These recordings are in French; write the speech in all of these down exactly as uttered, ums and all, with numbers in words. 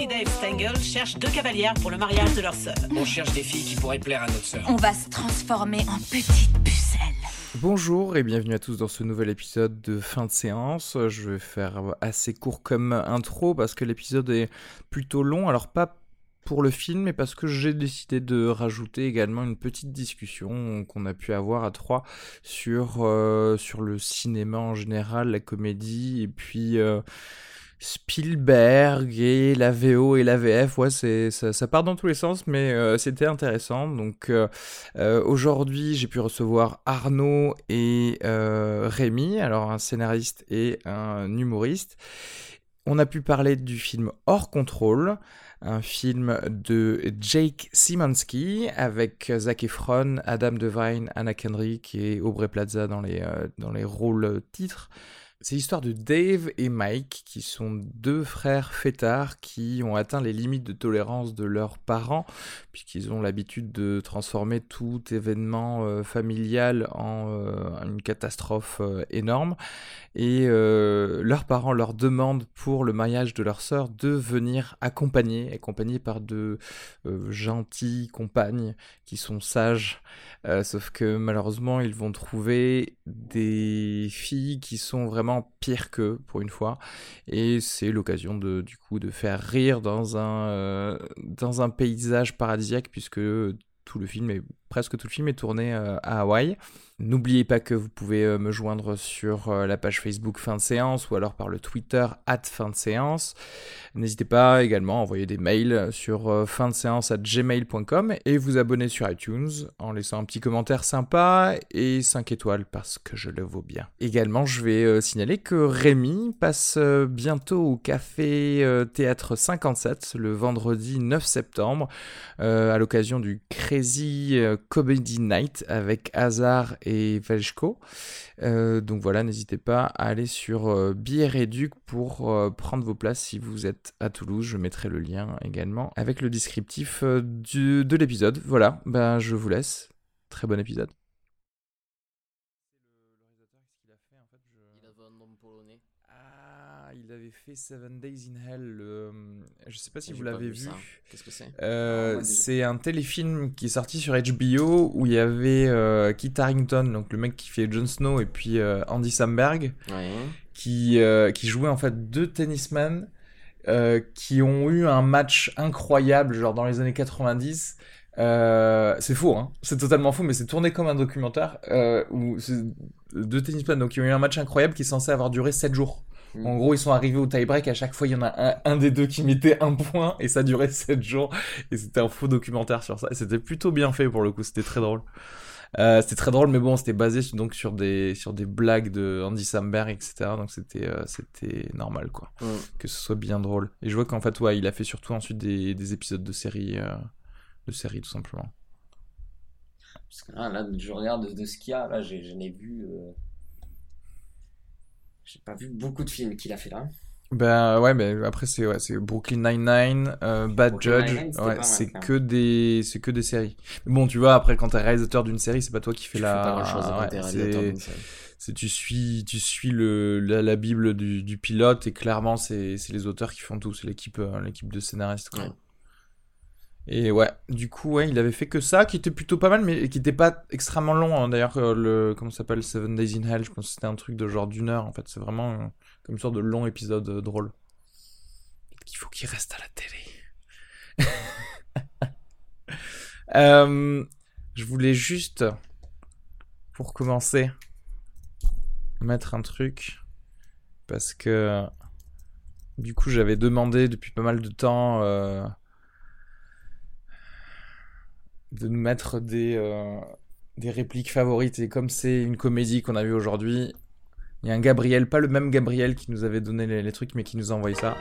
Lucky Dave Stengel cherche deux cavalières pour le mariage de leur sœur. On cherche des filles qui pourraient plaire à notre sœur. On va se transformer en petites pucelles. Bonjour et bienvenue à tous dans ce nouvel épisode de fin de séance. Je vais faire assez court comme intro parce que l'épisode est plutôt long. Alors pas pour le film, mais parce que j'ai décidé de rajouter également une petite discussion qu'on a pu avoir à trois sur, euh, sur le cinéma en général, la comédie, et puis euh, Spielberg et la V O et la V F. Ouais, c'est, ça, ça part dans tous les sens, mais euh, c'était intéressant. Donc euh, euh, aujourd'hui, j'ai pu recevoir Arnaud et euh, Rémi, alors un scénariste et un humoriste. On a pu parler du film Hors Contrôle, un film de Jake Szymanski avec Zac Efron, Adam Devine, Anna Kendrick et Aubrey Plaza dans les, euh, dans les rôles titres. C'est l'histoire de Dave et Mike, qui sont deux frères fêtards qui ont atteint les limites de tolérance de leurs parents, puisqu'ils ont l'habitude de transformer tout événement euh, familial en euh, une catastrophe euh, énorme. Et euh, leurs parents leur demandent pour le mariage de leur sœur de venir accompagner, accompagnés par de euh, gentilles compagnes qui sont sages, euh, sauf que malheureusement ils vont trouver des filles qui sont vraiment pires qu'eux pour une fois, et c'est l'occasion de du coup de faire rire dans un euh, dans un paysage paradisiaque, puisque tout le film est presque tout le film est tourné euh, à Hawaï. N'oubliez pas que vous pouvez euh, me joindre sur euh, la page Facebook Fin de Séance ou alors par le Twitter arobase fin de séance. N'hésitez pas également à envoyer des mails sur euh, fin de séance arobase gmail point com et vous abonner sur iTunes en laissant un petit commentaire sympa et cinq étoiles parce que je le vaux bien. Également, je vais euh, signaler que Rémi passe euh, bientôt au Café euh, Théâtre cinquante-sept le vendredi neuf septembre euh, à l'occasion du Crazy euh, Comedy Night avec Hazard et Velchko. Euh, donc voilà, n'hésitez pas à aller sur euh, Billets Réduc pour euh, prendre vos places si vous êtes à Toulouse. Je mettrai le lien également avec le descriptif euh, du, de l'épisode. Voilà, ben je vous laisse. Très bon épisode. Il avait fait Seven Days in Hell. Le... Je sais pas si J'ai vous pas l'avez vu vu. ça. Qu'est-ce que c'est Euh, Non, moi, c'est un téléfilm qui est sorti sur H B O où il y avait euh, Kit Harington, donc le mec qui fait Jon Snow, et puis euh, Andy Samberg, Ouais. qui, euh, qui jouaient en fait deux tennismen euh, qui ont eu un match incroyable, genre dans les années quatre-vingt-dix. Euh, c'est faux, hein. C'est totalement faux, mais c'est tourné comme un documentaire euh, où c'est deux tennismen donc, qui ont eu un match incroyable qui est censé avoir duré sept jours. Mm. En gros, ils sont arrivés au tie-break, à chaque fois, il y en a un, un des deux qui mettait un point, et ça durait sept jours, et c'était un faux documentaire sur ça, et c'était plutôt bien fait pour le coup, c'était très drôle. Euh, c'était très drôle, mais bon, c'était basé donc sur des, sur des blagues de Andy Samberg, et cetera, donc c'était, euh, c'était normal, quoi, Mm. que ce soit bien drôle. Et je vois qu'en fait, ouais, il a fait surtout ensuite des, des épisodes de séries, euh, de séries, tout simplement. Parce que là, là, je regarde de, de ce qu'il y a, là, j'ai, je n'ai vu... Euh... J'ai pas vu beaucoup de films qu'il a fait là. Ben ouais, mais après c'est ouais, c'est Brooklyn Nine-Nine, euh, Bad Brooklyn Judge, Nine-Nine, c'était ouais, pas mal, c'est quand même. que des c'est que des séries. Mais bon, tu vois, après quand t'es réalisateur d'une série, c'est pas toi qui fais Tu la fais pas grand-chose quand ouais, t'es réalisateur c'est d'une série. c'est tu suis tu suis le la, la bible du, du pilote, et clairement c'est c'est les auteurs qui font tout, c'est l'équipe euh, l'équipe de scénaristes, quoi. Ouais. Et ouais, du coup, ouais, il avait fait que ça, qui était plutôt pas mal, mais qui était pas extrêmement long, hein. D'ailleurs, euh, le, comment ça s'appelle, Seven Days in Hell, je pense que c'était un truc de genre d'une heure, en fait. C'est vraiment euh, comme une sorte de long épisode euh, drôle. Peut-être qu'il faut qu'il reste à la télé. euh, je voulais juste, pour commencer, mettre un truc, parce que, du coup, j'avais demandé depuis pas mal de temps... Euh, de nous mettre des, euh, des répliques favorites, et comme c'est une comédie qu'on a vue aujourd'hui, il y a un Gabriel, pas le même Gabriel qui nous avait donné les, les trucs, mais qui nous a envoyé ça.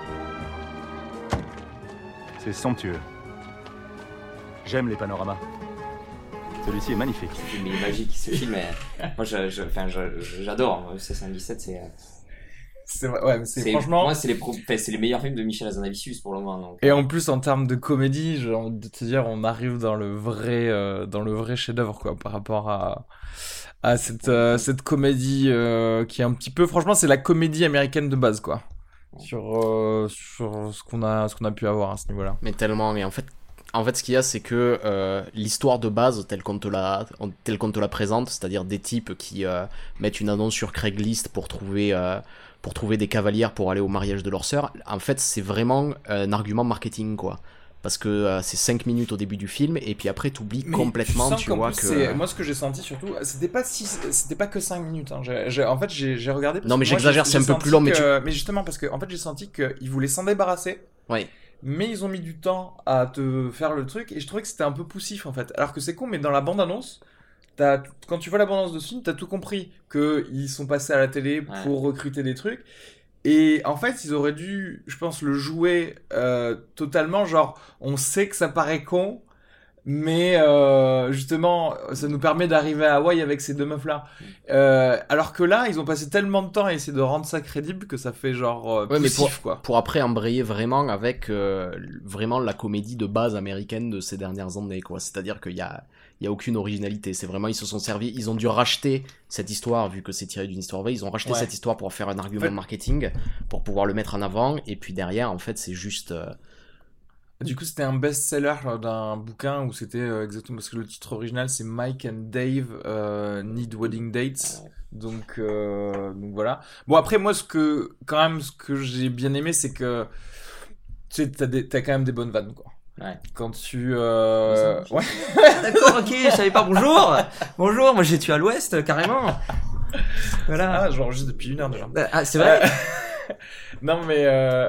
C'est somptueux. J'aime les panoramas. Celui-ci est magnifique. Il est magique, ce film. Est... Moi, je, je, enfin, je, je, j'adore. C soixante-dix-sept, c'est... C'est, ouais, mais c'est, c'est franchement... Moi, c'est les, pro... enfin, c'est les meilleurs films de Michel Hazanavicius pour le moment. Donc... Et en plus, en termes de comédie, j'ai envie de te dire, on arrive dans le vrai, euh, dans le vrai chef-d'œuvre, quoi, par rapport à, à cette, euh, cette comédie euh, qui est un petit peu... Franchement, c'est la comédie américaine de base, quoi. sur, euh, sur ce qu'on a, ce qu'on a pu avoir à ce niveau-là. Mais tellement, mais en fait, en fait, ce qu'il y a, c'est que euh, l'histoire de base, telle qu'on te la, telle qu'on te la présente, c'est-à-dire des types qui euh, mettent une annonce sur Craigslist pour trouver, euh, pour trouver des cavalières pour aller au mariage de leur sœur, en fait, c'est vraiment un argument marketing, quoi. Parce que euh, c'est cinq minutes au début du film, et puis après, t'oublies Mais complètement, tu, sens tu qu'en vois plus, que... c'est- Moi, ce que j'ai senti surtout, c'était pas, si... c'était pas que cinq minutes. Hein. J'ai- j'ai- En fait, j'ai j'ai regardé. parce Non, mais que moi, j'exagère, j'ai- c'est un j'ai peu senti plus long, mais que- tu- Mais justement, parce que en fait, j'ai senti qu'ils voulaient s'en débarrasser. Ouais. Mais ils ont mis du temps à te faire le truc et je trouvais que c'était un peu poussif en fait. Alors que c'est con, mais dans la bande-annonce, t'as- quand tu vois la bande-annonce de ce film, t'as tout compris. Qu'ils sont passés à la télé pour recruter des trucs. Et en fait, ils auraient dû, je pense, le jouer euh, totalement. Genre, on sait que ça paraît con, mais euh, justement, ça nous permet d'arriver à Hawaï avec ces deux meufs-là. Euh, alors que là, ils ont passé tellement de temps à essayer de rendre ça crédible que ça fait genre euh, Ouais, mais poussif, quoi. Pour après embrayer vraiment avec euh, vraiment la comédie de base américaine de ces dernières années, quoi. C'est-à-dire qu'il y a, il y a aucune originalité. C'est vraiment, ils se sont servis, ils ont dû racheter cette histoire, vu que c'est tiré d'une histoire vraie, ils ont racheté Ouais. cette histoire pour faire un argument En fait- marketing, pour pouvoir le mettre en avant, et puis derrière, en fait, c'est juste... euh, Du coup, c'était un best-seller euh, d'un bouquin où c'était euh, exactement parce que le titre original c'est Mike and Dave euh, Need Wedding Dates. Donc, euh, donc voilà. Bon après moi ce que quand même ce que j'ai bien aimé c'est que tu sais t'as des- t'as quand même des bonnes vannes quoi. Ouais. Quand tu euh... ouais. D'accord, ok, je savais pas. Bonjour. Bonjour, moi j'ai tué à l'ouest, euh, carrément. Voilà. Ah, j'enregistre depuis une heure déjà. Ah, c'est vrai. Euh, non mais euh...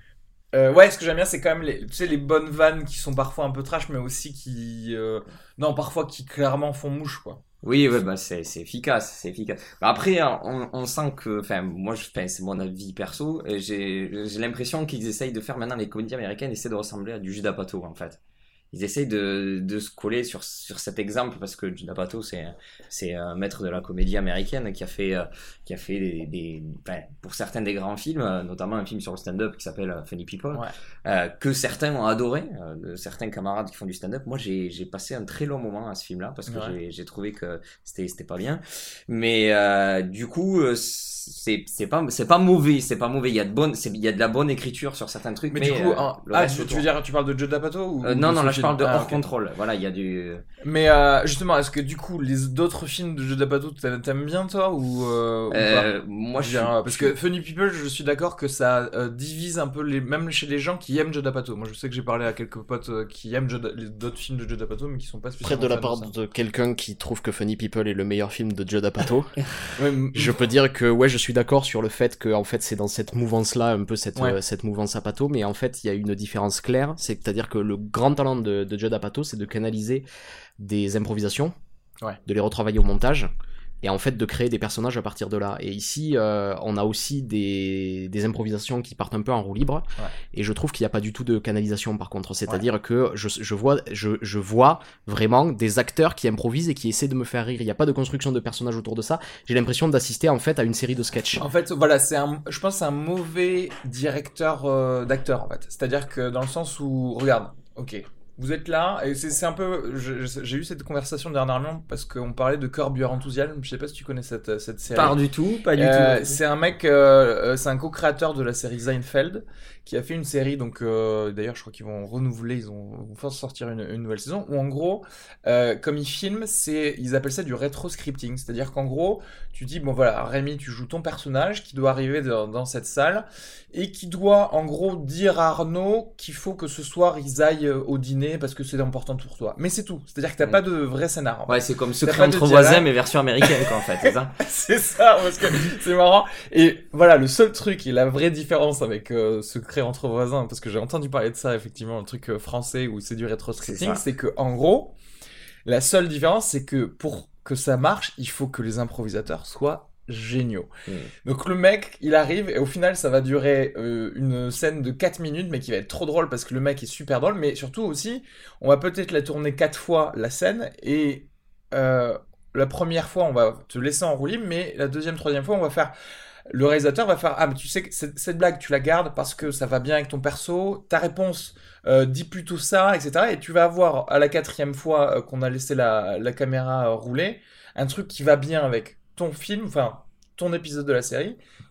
Euh, ouais, ce que j'aime bien, c'est quand même les, tu sais, les bonnes vannes qui sont parfois un peu trash, mais aussi qui, euh, non, parfois qui clairement font mouche, quoi. Oui, ouais, bah c'est c'est efficace, c'est efficace. Bah après, hein, on, on sent que, enfin, moi, je, enfin, c'est mon avis perso. et J'ai j'ai l'impression qu'ils essayent de faire maintenant les comédies américaines, essaient de ressembler à du Judd Apatow en fait. Ils essayent de de se coller sur sur cet exemple parce que Judd Apatow c'est c'est un maître de la comédie américaine qui a fait euh, qui a fait des, des enfin, pour certains des grands films, euh, notamment un film sur le stand-up qui s'appelle euh, Funny People, Ouais. euh, que certains ont adoré, euh, de certains camarades qui font du stand-up. Moi, j'ai j'ai passé un très long moment à ce film-là parce que Ouais. j'ai j'ai trouvé que c'était c'était pas bien. Mais euh, du coup, euh, c'est c'est pas c'est pas mauvais, c'est pas mauvais. Il y a de bonnes, c'est il y a de la bonne écriture sur certains trucs. Mais, Mais, du coup, euh, en- le ah, reste tu, tu autour. veux dire, tu parles de Judd Apatow ou Euh, non ou non ce là je film parle de Ah, hors ok. contrôle. Voilà, il y a du Mais euh, justement, est-ce que du coup, les d'autres films de Judd Apatow, t'a- t'aimes bien toi ou, euh, ou euh, pas moi je veux dire, suis euh, parce que Funny People, je suis d'accord que ça euh, divise un peu les, même chez les gens qui aiment Judd Apatow. Moi, je sais que j'ai parlé à quelques potes euh, qui aiment Judd- les d'autres films de Judd Apatow, mais qui sont pas Près spécialement de la fans part ça. de quelqu'un qui trouve que Funny People est le meilleur film de Judd Apatow, Ouais, m- je peux dire que ouais, je suis d'accord sur le fait que en fait c'est dans cette mouvance-là, un peu cette Ouais. euh, cette mouvance Apatow, mais en fait il y a une différence claire, c'est-à-dire que le grand talent de, de Judd Apatow, c'est de canaliser des improvisations, Ouais. de les retravailler au montage, et en fait de créer des personnages à partir de là. Et ici, euh, on a aussi des, des improvisations qui partent un peu en roue libre, Ouais. et je trouve qu'il n'y a pas du tout de canalisation par contre. C'est-à-dire que je, je, vois, je, je vois vraiment des acteurs qui improvisent et qui essaient de me faire rire. Il n'y a pas de construction de personnages autour de ça. J'ai l'impression d'assister en fait à une série de sketchs. En fait, voilà, c'est un, je pense que c'est un mauvais directeur euh, d'acteur, en fait. C'est-à-dire que dans le sens où, regarde, ok, vous êtes là, et c'est c'est un peu, je- je- j'ai eu cette conversation dernièrement parce qu'on parlait de Curb Your Enthusiasm, je sais pas si tu connais cette, cette série. Pas du tout, pas du Euh, tout. c'est un mec, euh, euh, c'est un co-créateur de la série Seinfeld qui a fait une série, donc euh, d'ailleurs je crois qu'ils vont renouveler, ils ont, vont faire sortir une, une nouvelle saison, où en gros, euh, comme ils filment, c'est, ils appellent ça du rétro-scripting, c'est-à-dire qu'en gros, tu dis, bon voilà, Rémi, tu joues ton personnage qui doit arriver dans, dans cette salle, et qui doit en gros dire à Arnaud qu'il faut que ce soir ils aillent au dîner parce que c'est important pour toi. Mais c'est tout, c'est-à-dire que t'as Mm. pas de vrai scénar. en fait. ouais, c'est comme T'as Secret pas de entre dialogue. voisins mais version américaine quoi en fait, c'est ça. C'est ça, parce que c'est marrant. Et voilà, le seul truc et la vraie différence avec euh, Secret entre voisins, parce que j'ai entendu parler de ça, effectivement, le truc euh, français où c'est du C'est rétro-scripting, ça. c'est que en gros, la seule différence, c'est que pour que ça marche, il faut que les improvisateurs soient géniaux. Mm. Donc le mec, il arrive et au final, ça va durer euh, une scène de quatre minutes, mais qui va être trop drôle parce que le mec est super drôle, mais surtout aussi, on va peut-être la tourner quatre fois la scène et euh, la première fois, on va te laisser en roue libre, mais la deuxième, troisième fois, on va faire. Le réalisateur va faire ah mais tu sais que cette, cette blague tu la gardes parce que ça va bien avec ton perso, ta réponse euh, dit plutôt ça, et cetera. Et tu vas avoir à la quatrième fois euh, qu'on a laissé la, la caméra euh, rouler un truc qui va bien avec ton film, enfin ton épisode de la série.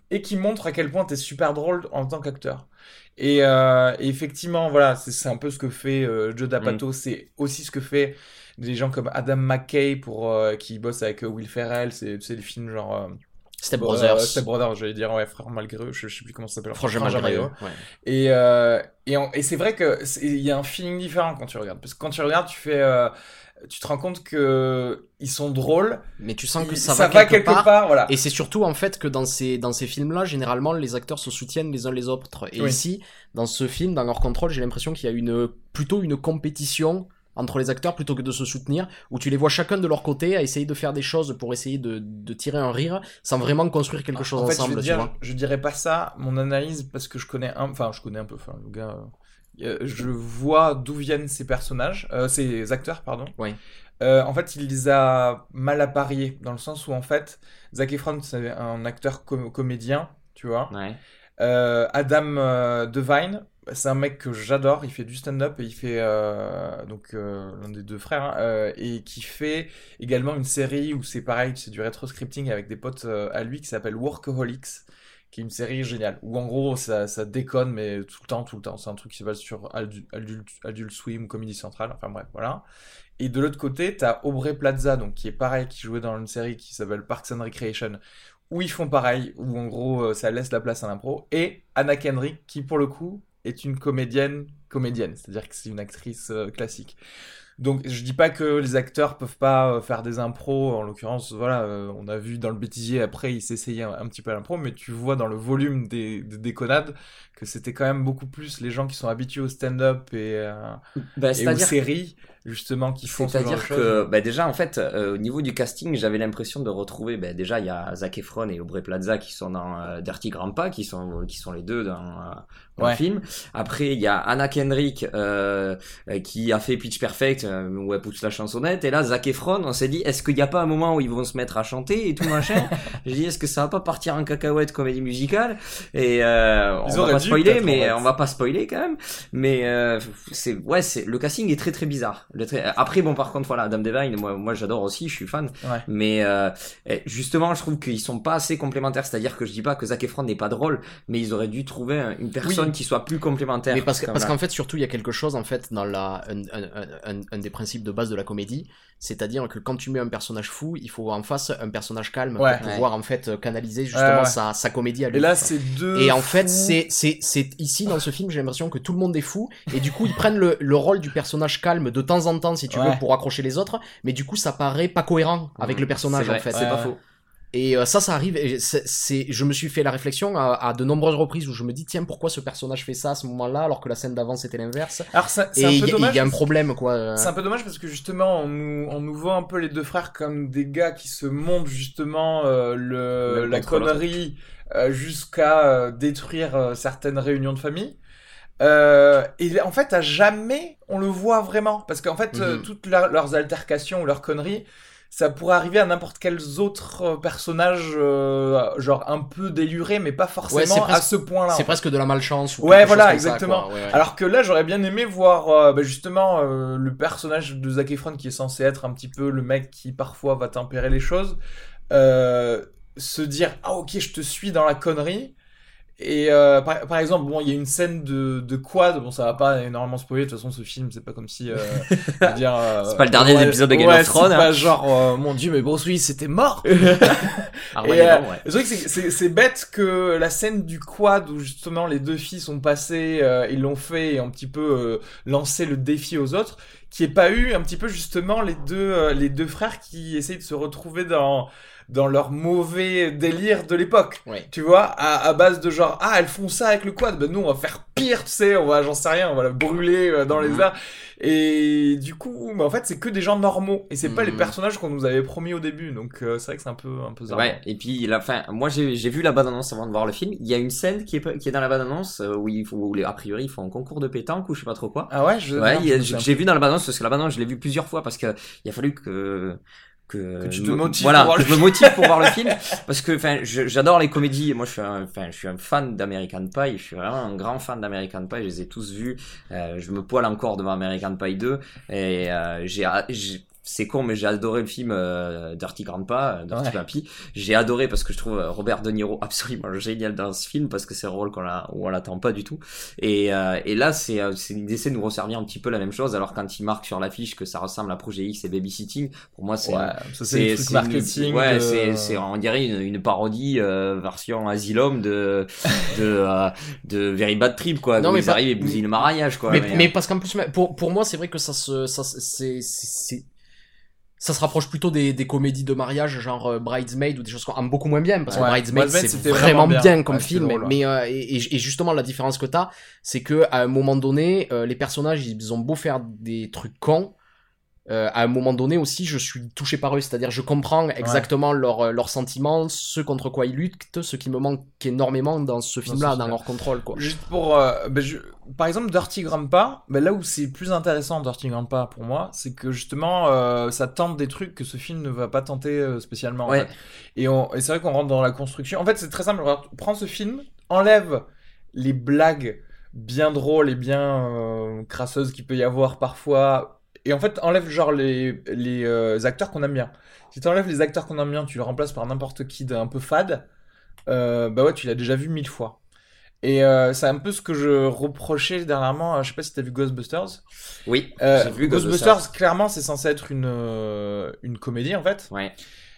et qui montre à quel point t'es super drôle en tant qu'acteur. Et, euh, et effectivement, voilà, c'est, c'est un peu ce que fait euh, Joe D'Apato, mm. c'est aussi ce que fait des gens comme Adam McKay pour euh, qui bosse avec euh, Will Ferrell, c'est c'est des films genre euh, Step Brothers, euh, Step Brothers, j'allais dire ouais, frère malgré eux, je, je sais plus comment ça s'appelle. Frère malgré eux. Ouais. Et euh, et, en, et c'est vrai que il y a un feeling différent quand tu regardes, parce que quand tu regardes, tu fais euh, tu te rends compte que ils sont drôles, mais tu sens que ils, ça, ça va, va quelque, quelque part, part voilà. Et c'est surtout en fait que dans ces dans ces films-là, généralement les acteurs se soutiennent les uns les autres. Et oui. ici, dans ce film, dans Hors Contrôle, j'ai l'impression qu'il y a une plutôt une compétition entre les acteurs plutôt que de se soutenir, où tu les vois chacun de leur côté à essayer de faire des choses pour essayer de, de tirer un rire sans vraiment construire quelque chose en fait, ensemble. Je, tu dire, vois je dirais pas ça, mon analyse, parce que je connais un, enfin je connais un peu, enfin le gars, euh, je vois d'où viennent ces personnages, euh, ces acteurs, pardon. Oui. Euh, en fait, il les a mal appariés, dans le sens où en fait, Zac Efron c'est un acteur com- comédien, tu vois. Ouais. Euh, Adam euh, Devine, c'est un mec que j'adore, il fait du stand-up et il fait euh, donc euh, l'un des deux frères hein, euh, et qui fait également une série où c'est pareil, c'est du rétro-scripting avec des potes euh, à lui qui s'appelle Workaholics, qui est une série géniale où en gros ça, ça déconne mais tout le temps, tout le temps, c'est un truc qui se base sur Adult, Adult, Adult Swim, Comedy Central, enfin bref, voilà. Et de l'autre côté, t'as Aubrey Plaza, donc qui est pareil, qui jouait dans une série qui s'appelle Parks and Recreation, où ils font pareil, où en gros ça laisse la place à l'impro, et Anna Kendrick qui pour le coup est une comédienne comédienne, c'est-à-dire que c'est une actrice euh, classique. Donc je dis pas que les acteurs peuvent pas euh, faire des impros, en l'occurrence voilà, euh, on a vu dans le bêtisier après ils s'essayaient un, un petit peu à l'impro, mais tu vois dans le volume des, des déconnades que c'était quand même beaucoup plus les gens qui sont habitués au stand-up et, euh, bah, et aux séries justement qui font ce genre de choses. C'est-à-dire que bah, déjà en fait euh, au niveau du casting j'avais l'impression de retrouver bah, déjà il y a Zac Efron et Aubrey Plaza qui sont dans euh, Dirty Grandpa qui sont qui sont les deux dans, euh, dans ouais. le film. Après il y a Anna Kendrick euh, qui a fait Pitch Perfect euh, où elle pousse la chansonnette, et là Zac Efron on s'est dit est-ce qu'il y a pas un moment où ils vont se mettre à chanter et tout machin. J'ai dit est-ce que ça va pas partir en cacahuète comédie musicale, et euh, on va pas spoiler mais on va pas spoiler quand même, mais euh, c'est ouais c'est le casting est très très bizarre. Après bon par contre voilà Adam Devine moi moi j'adore aussi, je suis fan, ouais. mais euh, justement je trouve qu'ils sont pas assez complémentaires, c'est-à-dire que je dis pas que Zac Efron n'est pas drôle, mais ils auraient dû trouver une personne oui. qui soit plus complémentaire. Mais parce que, parce qu'en fait surtout il y a quelque chose en fait dans la un, un, un, un des principes de base de la comédie, c'est-à-dire que quand tu mets un personnage fou il faut en face un personnage calme ouais. pour pouvoir ouais. en fait canaliser justement ouais, ouais. sa sa comédie à lui. Et là c'est deux et en fous. fait c'est c'est c'est ici dans ce film j'ai l'impression que tout le monde est fou, et du coup ils prennent le le rôle du personnage calme de temps en temps si tu ouais. veux pour accrocher les autres, mais du coup ça paraît pas cohérent avec mmh. le personnage en fait. C'est ouais, pas ouais. faux. Et euh, ça, ça arrive. Et c'est, c'est, je me suis fait la réflexion à, à de nombreuses reprises où je me dis tiens pourquoi ce personnage fait ça à ce moment-là alors que la scène d'avant c'était l'inverse. Alors ça, c'est et un peu dommage. Il y a un problème quoi. C'est un peu dommage parce que justement on nous, on nous voit un peu les deux frères comme des gars qui se montrent justement euh, le, la connerie euh, jusqu'à euh, détruire euh, certaines réunions de famille. Euh, et en fait à jamais on le voit vraiment parce qu'en fait mm-hmm. euh, toutes leur, leurs altercations ou leurs conneries ça pourrait arriver à n'importe quels autres personnages euh, genre un peu délurés mais pas forcément ouais, presque, à ce point là c'est presque de la malchance ou ouais voilà exactement ça, ouais, ouais. Alors que là j'aurais bien aimé voir euh, bah, justement euh, le personnage de Zac Efron qui est censé être un petit peu le mec qui parfois va tempérer les choses euh, se dire ah ok je te suis dans la connerie. Et euh, par, par exemple, bon, il y a une scène de, de quad. Bon, ça va pas énormément spoiler. De toute façon, ce film, c'est pas comme si, euh, dire, euh, c'est pas le dernier ouais, épisode de Game ouais, of Thrones. C'est hein. pas genre, euh, mon Dieu, mais Bruce Willis, c'était mort. ah, ouais, et, euh, bon, ouais. Le truc, c'est, c'est, c'est bête que la scène du quad où justement les deux filles sont passées, euh, ils l'ont fait et un petit peu euh, lancé le défi aux autres, qui ait pas eu un petit peu justement les deux, euh, les deux frères qui essayent de se retrouver dans dans leur mauvais délire de l'époque, ouais. tu vois, à, à base de genre ah elles font ça avec le quad, ben nous on va faire pire, tu sais, on va j'en sais rien, on va la brûler euh, dans mmh. les airs, et du coup, bah, en fait c'est que des gens normaux et c'est mmh. pas les personnages qu'on nous avait promis au début, donc euh, c'est vrai que c'est un peu un peu zarmant. Ouais, et puis la fin, moi j'ai j'ai vu la bande annonce avant de voir le film, il y a une scène qui est qui est dans la bande annonce euh, où il faut où les, a priori ils font un concours de pétanque ou je sais pas trop quoi. Ah ouais, je ouais, non, il y a, je j'ai, j'ai vu dans la bande annonce parce que la bande annonce je l'ai vu plusieurs fois parce que il a fallu que Que, que tu te motives voilà, pour voir que le je me motive pour voir le film parce que enfin j'adore les comédies, moi je suis un enfin je suis un fan d'American Pie, je suis vraiment un grand fan d'American Pie, je les ai tous vus, euh, je me poile encore devant American Pie deux et euh, j'ai j'ai c'est con, mais j'ai adoré le film euh, Dirty Grandpa, Dirty Ouais. Papi. J'ai adoré parce que je trouve euh, Robert De Niro absolument génial dans ce film parce que c'est un rôle qu'on a, où on l'attend pas du tout. Et, euh, et là, c'est, euh, c'est il essaie de nous resservir un petit peu la même chose. Alors quand il marque sur l'affiche que ça ressemble à Projet X et Babysitting, pour moi, c'est, Ouais, ça c'est des trucs c'est marketing. Une, ouais, de- c'est, c'est, on dirait une, une parodie euh, version Asylum de de euh, de Very Bad Trip quoi. Non, Où mais ils pas- arrivent et bousillent le mariage quoi. mais, mais, mais euh, parce qu'en plus, pour, pour moi, c'est vrai que ça se, ça, se- c'est, c'est, c'est- ça se rapproche plutôt des, des comédies de mariage, genre euh, Bridesmaid ou des choses comme ça, beaucoup moins bien, parce que Ouais, Bridesmaid, Bridesmaid, c'est c'était vraiment vraiment bien, bien. comme Ouais, c'était film, drôle, ouais. mais euh, et, et- et justement, la différence que t'as, c'est que à un moment donné, euh, les personnages, ils ont beau faire des trucs cons, euh, à un moment donné aussi, je suis touché par eux, c'est-à-dire je comprends exactement leurs euh, leurs sentiments, ce contre quoi ils luttent, ce qui me manque énormément dans ce film-là, ce dans film-là. Hors Contrôle, quoi. Juste pour, euh, ben, je- par exemple, Dirty Grandpa, ben, là où c'est plus intéressant Dirty Grandpa pour moi, c'est que justement, euh, ça tente des trucs que ce film ne va pas tenter euh, spécialement. en Ouais. fait. Et, on- et c'est vrai qu'on rentre dans la construction. En fait, c'est très simple. Regarde, prends ce film, enlève les blagues bien drôles et bien euh, crasseuses qu'il peut y avoir parfois. Et en fait, enlève genre les, les euh, acteurs qu'on aime bien. Si tu enlèves les acteurs qu'on aime bien, tu les remplaces par n'importe qui d'un peu fade, euh, bah ouais, tu l'as déjà vu mille fois. Et euh, c'est un peu ce que je reprochais dernièrement. euh, Je sais pas si t'as vu Ghostbusters. oui, Euh, j'ai vu Ghostbusters, Ghostbusters. clairement, c'est censé être une, euh, une comédie en fait. Ouais.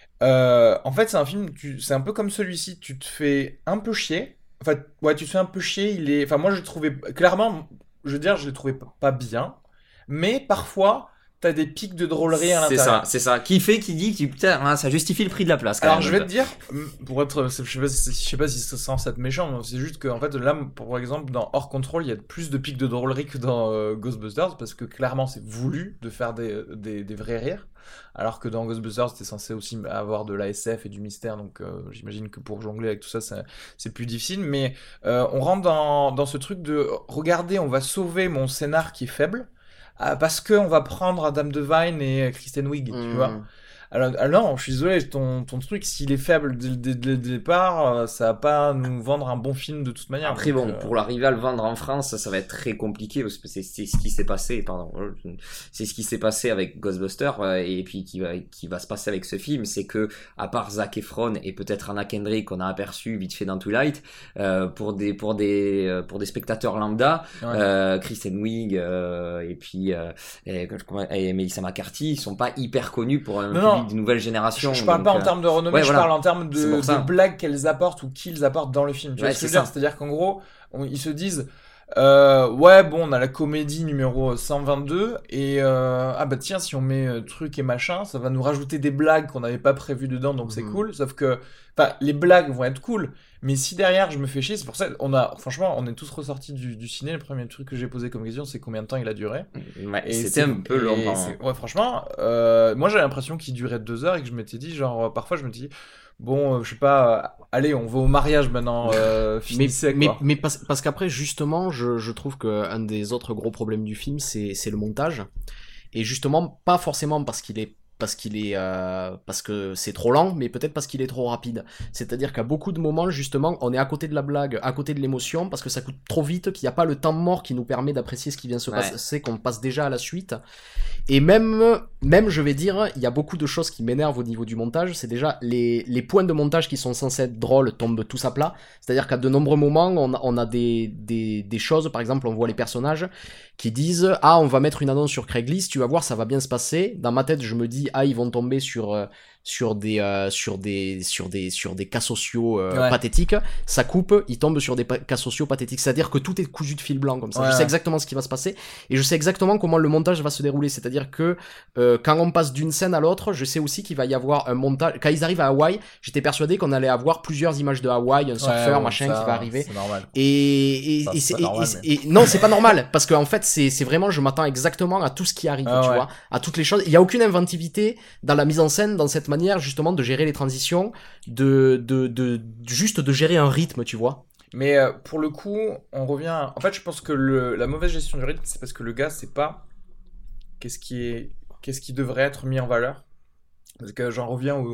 Euh, en fait, c'est un film, tu, c'est un peu comme celui-ci. Tu te fais un peu chier. Enfin, ouais, tu te fais un peu chier. Il est, enfin, moi, je le trouvais clairement, je veux dire, je l'ai trouvé p- pas bien. Mais parfois, t'as des pics de drôlerie à C'est l'intérieur. ça, c'est ça. Qui fait, qui dit, qui putain, hein, ça justifie le prix de la place. Quand Alors même. je vais te dire, pour être, je sais pas, si- je sais pas si c'est censé être méchant, mais c'est juste que en fait là, par exemple, dans Hors Contrôle, il y a plus de pics de drôlerie que dans euh, Ghostbusters parce que clairement c'est voulu de faire des, des, des vrais rires, alors que dans Ghostbusters c'était censé aussi avoir de l'A S F et du mystère, donc euh, j'imagine que pour jongler avec tout ça, c'est, c'est plus difficile. Mais euh, on rentre dans, dans ce truc de regarder, on va sauver mon scénar qui est faible. Ah, parce que on va prendre Adam Devine et Kristen Wiig, tu Mmh. vois. Alors, alors non, je suis désolé, ton, ton truc, s'il est faible dès, dès- dès le départ, euh, ça va pas nous vendre un bon film de toute manière. Après, Donc, bon, euh, pour l'arriver à le vendre en France, ça va être très compliqué parce que c'est, c'est ce qui s'est passé, pardon, c'est ce qui s'est passé avec Ghostbusters euh, et puis qui va, qui va se passer avec ce film, c'est que, à part Zac Efron et peut-être Anna Kendrick qu'on a aperçu vite fait dans Twilight, euh, pour des, pour des, euh, pour des spectateurs lambda, ouais. euh, Kristen Wiig, euh, et puis, euh, et, comment- et Melissa McCarthy, ils sont pas hyper connus pour un Non, public non. de nouvelle génération. Je, je parle donc, pas en euh, termes de renommée, ouais, je voilà. parle en termes C'est de, pour ça. de blagues qu'elles apportent ou qu'ils apportent dans le film. Tu Ouais, vois ce que je c'est veux dire? ça. C'est-à-dire qu'en gros, on- ils se disent, euh, ouais, bon, on a la comédie numéro cent vingt-deux, et euh, ah bah tiens, si on met euh, truc et machin, ça va nous rajouter des blagues qu'on n'avait pas prévues dedans, donc c'est Mhm. cool. Sauf que, enfin, les blagues vont être cool, mais si derrière je me fais chier, c'est pour ça, on a, franchement, on est tous ressortis du, du ciné. Le premier truc que j'ai posé comme question, c'est combien de temps il a duré. ouais, Et c'était c'est- un peu et long. hein. c'est- Ouais, franchement, euh, moi j'ai l'impression qu'il durait deux heures et que je m'étais dit, genre, euh, parfois je me dis, bon, euh, je sais pas, euh, allez, on va au mariage maintenant, euh, Mais, finissez, mais, quoi. mais parce, parce qu'après, justement, je, je trouve qu'un des autres gros problèmes du film, c'est, c'est le montage. Et justement, pas forcément parce qu'il est parce qu'il est euh, parce que c'est trop lent, mais peut-être parce qu'il est trop rapide. C'est-à-dire qu'à beaucoup de moments, justement, on est à côté de la blague, à côté de l'émotion, parce que ça coûte trop vite, qu'il n'y a pas le temps mort qui nous permet d'apprécier ce qui vient se Ouais. passer, qu'on passe déjà à la suite. Et même, même, je vais dire, il y a beaucoup de choses qui m'énervent au niveau du montage. C'est déjà les, les points de montage qui sont censés être drôles tombent tous à plat. C'est-à-dire qu'à de nombreux moments, on a, on a des, des, des choses, par exemple, on voit les personnages qui disent « Ah, on va mettre une annonce sur Craigslist, tu vas voir, ça va bien se passer. » Dans ma tête, je me dis « Ah, ils vont tomber sur... Euh, sur des euh, sur des sur des sur des cas sociaux euh, Ouais. pathétiques, ça coupe, il tombe sur des pa- cas sociaux pathétiques, c'est-à-dire que tout est cousu de fil blanc comme ça. Ouais, je sais ouais. exactement ce qui va se passer et je sais exactement comment le montage va se dérouler, c'est-à-dire que euh, quand on passe d'une scène à l'autre, je sais aussi qu'il va y avoir un montage. Quand ils arrivent à Hawaï, j'étais persuadé qu'on allait avoir plusieurs images de Hawaï, un surfeur, Ouais, ouais, machin ça, qui va arriver. C'est normal. Et, et, Enfin, et c'est c'est- pas normal, et- mais- et- non, c'est pas normal parce qu'en fait, c'est c'est vraiment, je m'attends exactement à tout ce qui arrive, Ah tu ouais. vois, à toutes les choses. Il y a aucune inventivité dans la mise en scène, dans cette manière justement de gérer les transitions, de de de juste de gérer un rythme, tu vois. Mais euh, pour le coup, on revient. En fait, je pense que le, la mauvaise gestion du rythme, c'est parce que le gars, c'est pas qu'est-ce qui est, qu'est-ce qui devrait être mis en valeur. Parce que j'en reviens au,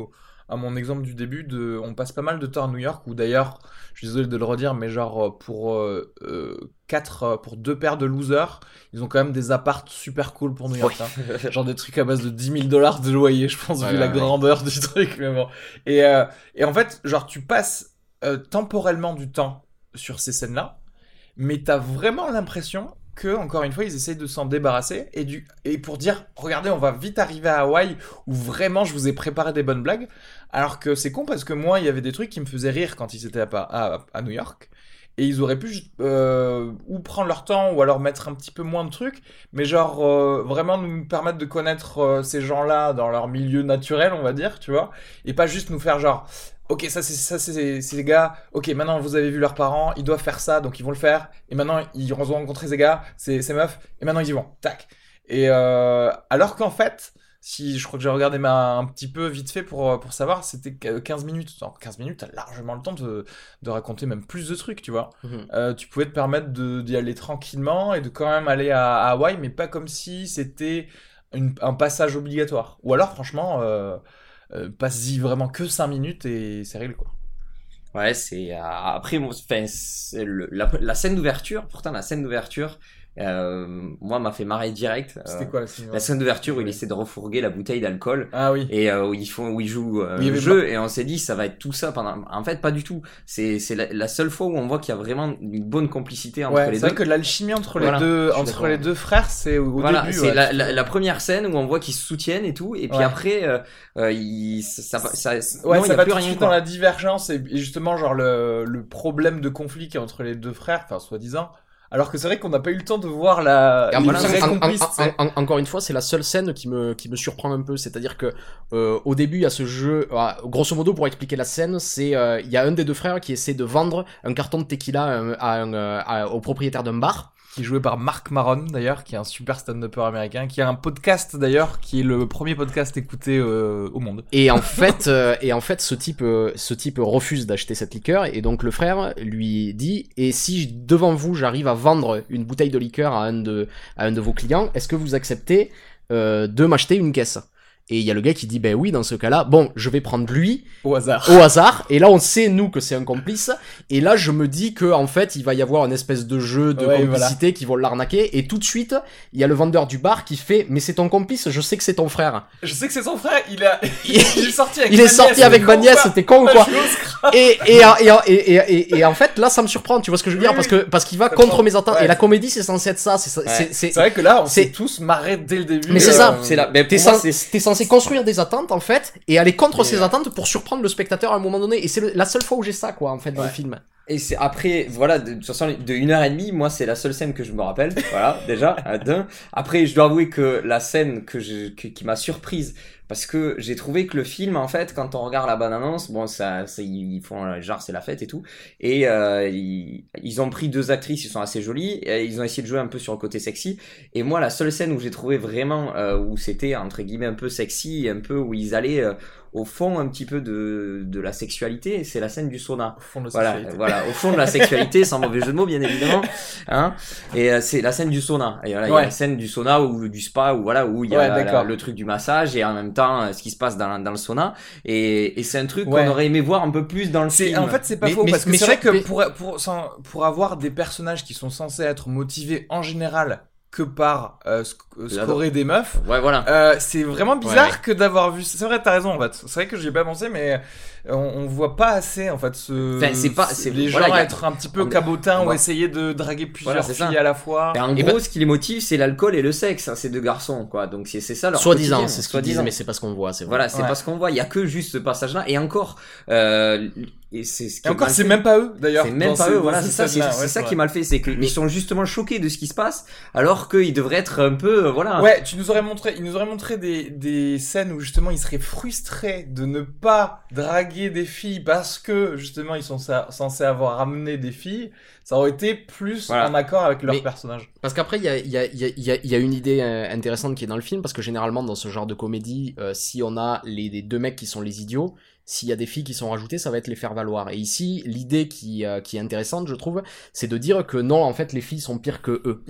à mon exemple du début, de, on passe pas mal de temps à New York, où d'ailleurs, je suis désolé de le redire, mais genre pour euh, euh, quatre, pour deux paires de losers, ils ont quand même des apparts super cool pour New York. Oui. Hein. Genre des trucs à base de dix mille dollars de loyer, je pense, Ouais, vu ouais, la ouais. grandeur du truc. Mais bon. Et, euh, et en fait, genre tu passes euh, temporellement du temps sur ces scènes-là, mais t'as vraiment l'impression que, encore une fois, ils essayent de s'en débarrasser et, du... et pour dire, regardez, on va vite arriver à Hawaï où vraiment je vous ai préparé des bonnes blagues. Alors que c'est con parce que moi, il y avait des trucs qui me faisaient rire quand ils étaient à, Pa- à, à New York. Et ils auraient pu juste, euh, ou prendre leur temps ou alors mettre un petit peu moins de trucs, mais genre euh, vraiment nous permettre de connaître euh, ces gens-là dans leur milieu naturel, on va dire, tu vois, et pas juste nous faire genre, ok, ça c'est ça c'est ces gars, ok, maintenant vous avez vu leurs parents, ils doivent faire ça, donc ils vont le faire, et maintenant ils ont rencontré ces gars, ces, ces meufs, et maintenant ils y vont, tac. Et euh, alors qu'en fait, si je crois que j'ai regardé ma, un petit peu vite fait pour, pour savoir, c'était quinze minutes. En quinze minutes, t'as largement le temps de, de raconter même plus de trucs, tu vois. Mhm. Euh, tu pouvais te permettre de, d'y aller tranquillement et de quand même aller à, à Hawaï, mais pas comme si c'était une, un passage obligatoire. Ou alors, franchement, euh, euh, passe-y vraiment que cinq minutes et c'est réglé, quoi. Ouais, c'est euh, après bon, enfin, c'est le- la, la scène d'ouverture. Pourtant, la scène d'ouverture, euh, moi, m'a fait marrer direct. C'était Euh, quoi la scène La scène d'ouverture où il Oui. essaie de refourguer la bouteille d'alcool Ah oui. et euh, où ils font, où ils jouent euh, Oui, il y le avait jeu et on s'est dit ça va être tout ça pendant. En fait, pas du tout. C'est c'est la, la seule fois où on voit qu'il y a vraiment une bonne complicité entre Ouais, les c'est deux. vrai que l'alchimie entre Voilà, les deux, je suis entre d'accord. les deux frères, c'est au, au Voilà, début. c'est ouais, la, tu- la, la première scène où on voit qu'ils se soutiennent et tout, et puis Ouais. après, euh, euh, ils, ça, ça, ça, Ouais, non, il y ça a va plus tout de rien, suite quoi. dans la divergence et, et justement genre le, le problème de conflit qu'il y a entre les deux frères, enfin soi-disant. Alors que c'est vrai qu'on n'a pas eu le temps de voir la Et en les plus, vrais en- en- complices. en- tu sais. en- encore une fois, c'est la seule scène qui me, qui me surprend un peu. C'est-à-dire que euh, au début, il y a ce jeu. ah, grosso modo, pour expliquer la scène, c'est euh, il y a un des deux frères qui essaie de vendre un carton de tequila à un- à un, euh, à- au propriétaire d'un bar. Qui est joué par Mark Maron d'ailleurs, qui est un super stand-upper américain, qui a un podcast d'ailleurs, qui est le premier podcast écouté euh, au monde. Et en fait, euh, et en fait, ce type, euh, ce type refuse d'acheter cette liqueur, et donc le frère lui dit: et si je- devant vous, j'arrive à vendre une bouteille de liqueur à un de, à un de vos clients, est-ce que vous acceptez euh, de m'acheter une caisse? Et il y a le gars qui dit: ben oui, dans ce cas-là, bon, je vais prendre lui Au hasard. au hasard. Et là, on sait nous que c'est un complice. Et là, je me dis que en fait, il va y avoir une espèce de jeu de Ouais, complicité qui vont l'arnaquer. Et tout de suite, il y a le vendeur du bar qui fait: mais c'est ton complice, je sais que c'est ton frère. Je sais que c'est son frère, il a il est sorti avec Il est ma sorti nièce, avec c'est ma con, nièce, quoi. t'es con ou quoi? Je suis au scrap. Et, et, et, et, et, et, et en fait, là, ça me surprend, tu vois ce que je veux dire? Oui, Parce oui. que, parce qu'il va Ça contre prend- mes attentes. ouais. Et la comédie, c'est censé être ça. C'est, ça- Ouais. c'est, c'est, C'est vrai que là, on c'est- s'est tous marrés dès le début. Mais c'est euh, ça. C'est la, ben, T'es, pour moi, cen- c'est, t'es censé construire des attentes en fait et aller contre Mais, ces euh, attentes pour surprendre le spectateur à un moment donné, et c'est le- la seule fois où j'ai ça quoi en fait dans Ouais. le film. et c'est après, voilà, de, de toute façon, de une heure et demie, moi, c'est la seule scène que je me rappelle. Voilà, déjà, à d'un. Après, je dois avouer que la scène que je, que- qui m'a surprise, parce que j'ai trouvé que le film, en fait, quand on regarde la bande-annonce, bon, ça, c'est, ils font, euh, genre, c'est la fête et tout. Et, euh, ils, ils ont pris deux actrices, ils sont assez jolies, et ils ont essayé de jouer un peu sur le côté sexy. Et moi, la seule scène où j'ai trouvé vraiment, euh, où c'était, entre guillemets, un peu sexy, un peu où ils allaient, euh, au fond, un petit peu de, de la sexualité, c'est la scène du sauna. Au fond de Voilà, sexualité. euh, voilà, au fond de la sexualité, sans mauvais jeu de mots, bien évidemment, hein. Et euh, c'est la scène du sauna. Et voilà, il y a Ouais. la scène du sauna ou du spa, où voilà, où il y a Ouais, la- d'accord. le truc du massage et en même temps euh, ce qui se passe dans, dans le sauna. Et, et c'est un truc Ouais. qu'on aurait aimé voir un peu plus dans le C'est, film. en fait, c'est pas Mais- faux, mais- parce que mais c'est sur- vrai que mais- pour, pour, sans- pour avoir des personnages qui sont censés être motivés en général que par euh, sc- euh, scorer des meufs, Ouais, voilà. euh, c'est vraiment bizarre Ouais. que d'avoir vu. C'est vrai, t'as raison en fait. C'est vrai que j'y ai pas pensé, mais on, on voit pas assez en fait ce. Enfin, c'est pas- c'est- les voilà, gens y a- être un petit peu on- cabotins on ou va- essayer de draguer plusieurs Voilà, c'est filles ça. à la fois. Et en Et gros, ben- ce qui les motive, c'est l'alcool et le sexe, hein, ces deux garçons, quoi. Donc c'est c'est ça leur Soi-disant, quotidien, c'est ce qu'ils disent, soi-disant. mais c'est pas ce qu'on voit, c'est vrai. Voilà, c'est Ouais. pas ce qu'on voit. Il y a que juste ce passage-là. Et encore, euh, et c'est ce qui Et est encore, mal c'est fait. même pas eux d'ailleurs. C'est même dans pas ces- eux, dans voilà, ces c'est ça, c'est scènes-là, c'est ouais, ça c'est qui est vrai. mal fait, c'est qu'ils sont justement choqués de ce qui se passe, alors qu'ils devraient être un peu, euh, voilà. Ouais, tu nous aurais montré, il nous aurait montré des, des scènes où justement ils seraient frustrés de ne pas draguer des filles parce que justement ils sont sa- censés avoir ramené des filles. Ça aurait été plus Voilà. en accord avec leur Mais- personnage. Parce qu'après, il y a, il y, a, il y, a, il y a- il y a une idée euh, intéressante qui est dans le film, parce que généralement, dans ce genre de comédie, euh, si on a les, les deux mecs qui sont les idiots, s'il y a des filles qui sont rajoutées, ça va être les faire valoir. Et ici, l'idée qui, euh, qui est intéressante, je trouve, c'est de dire que non, en fait, les filles sont pires que eux. Ouais.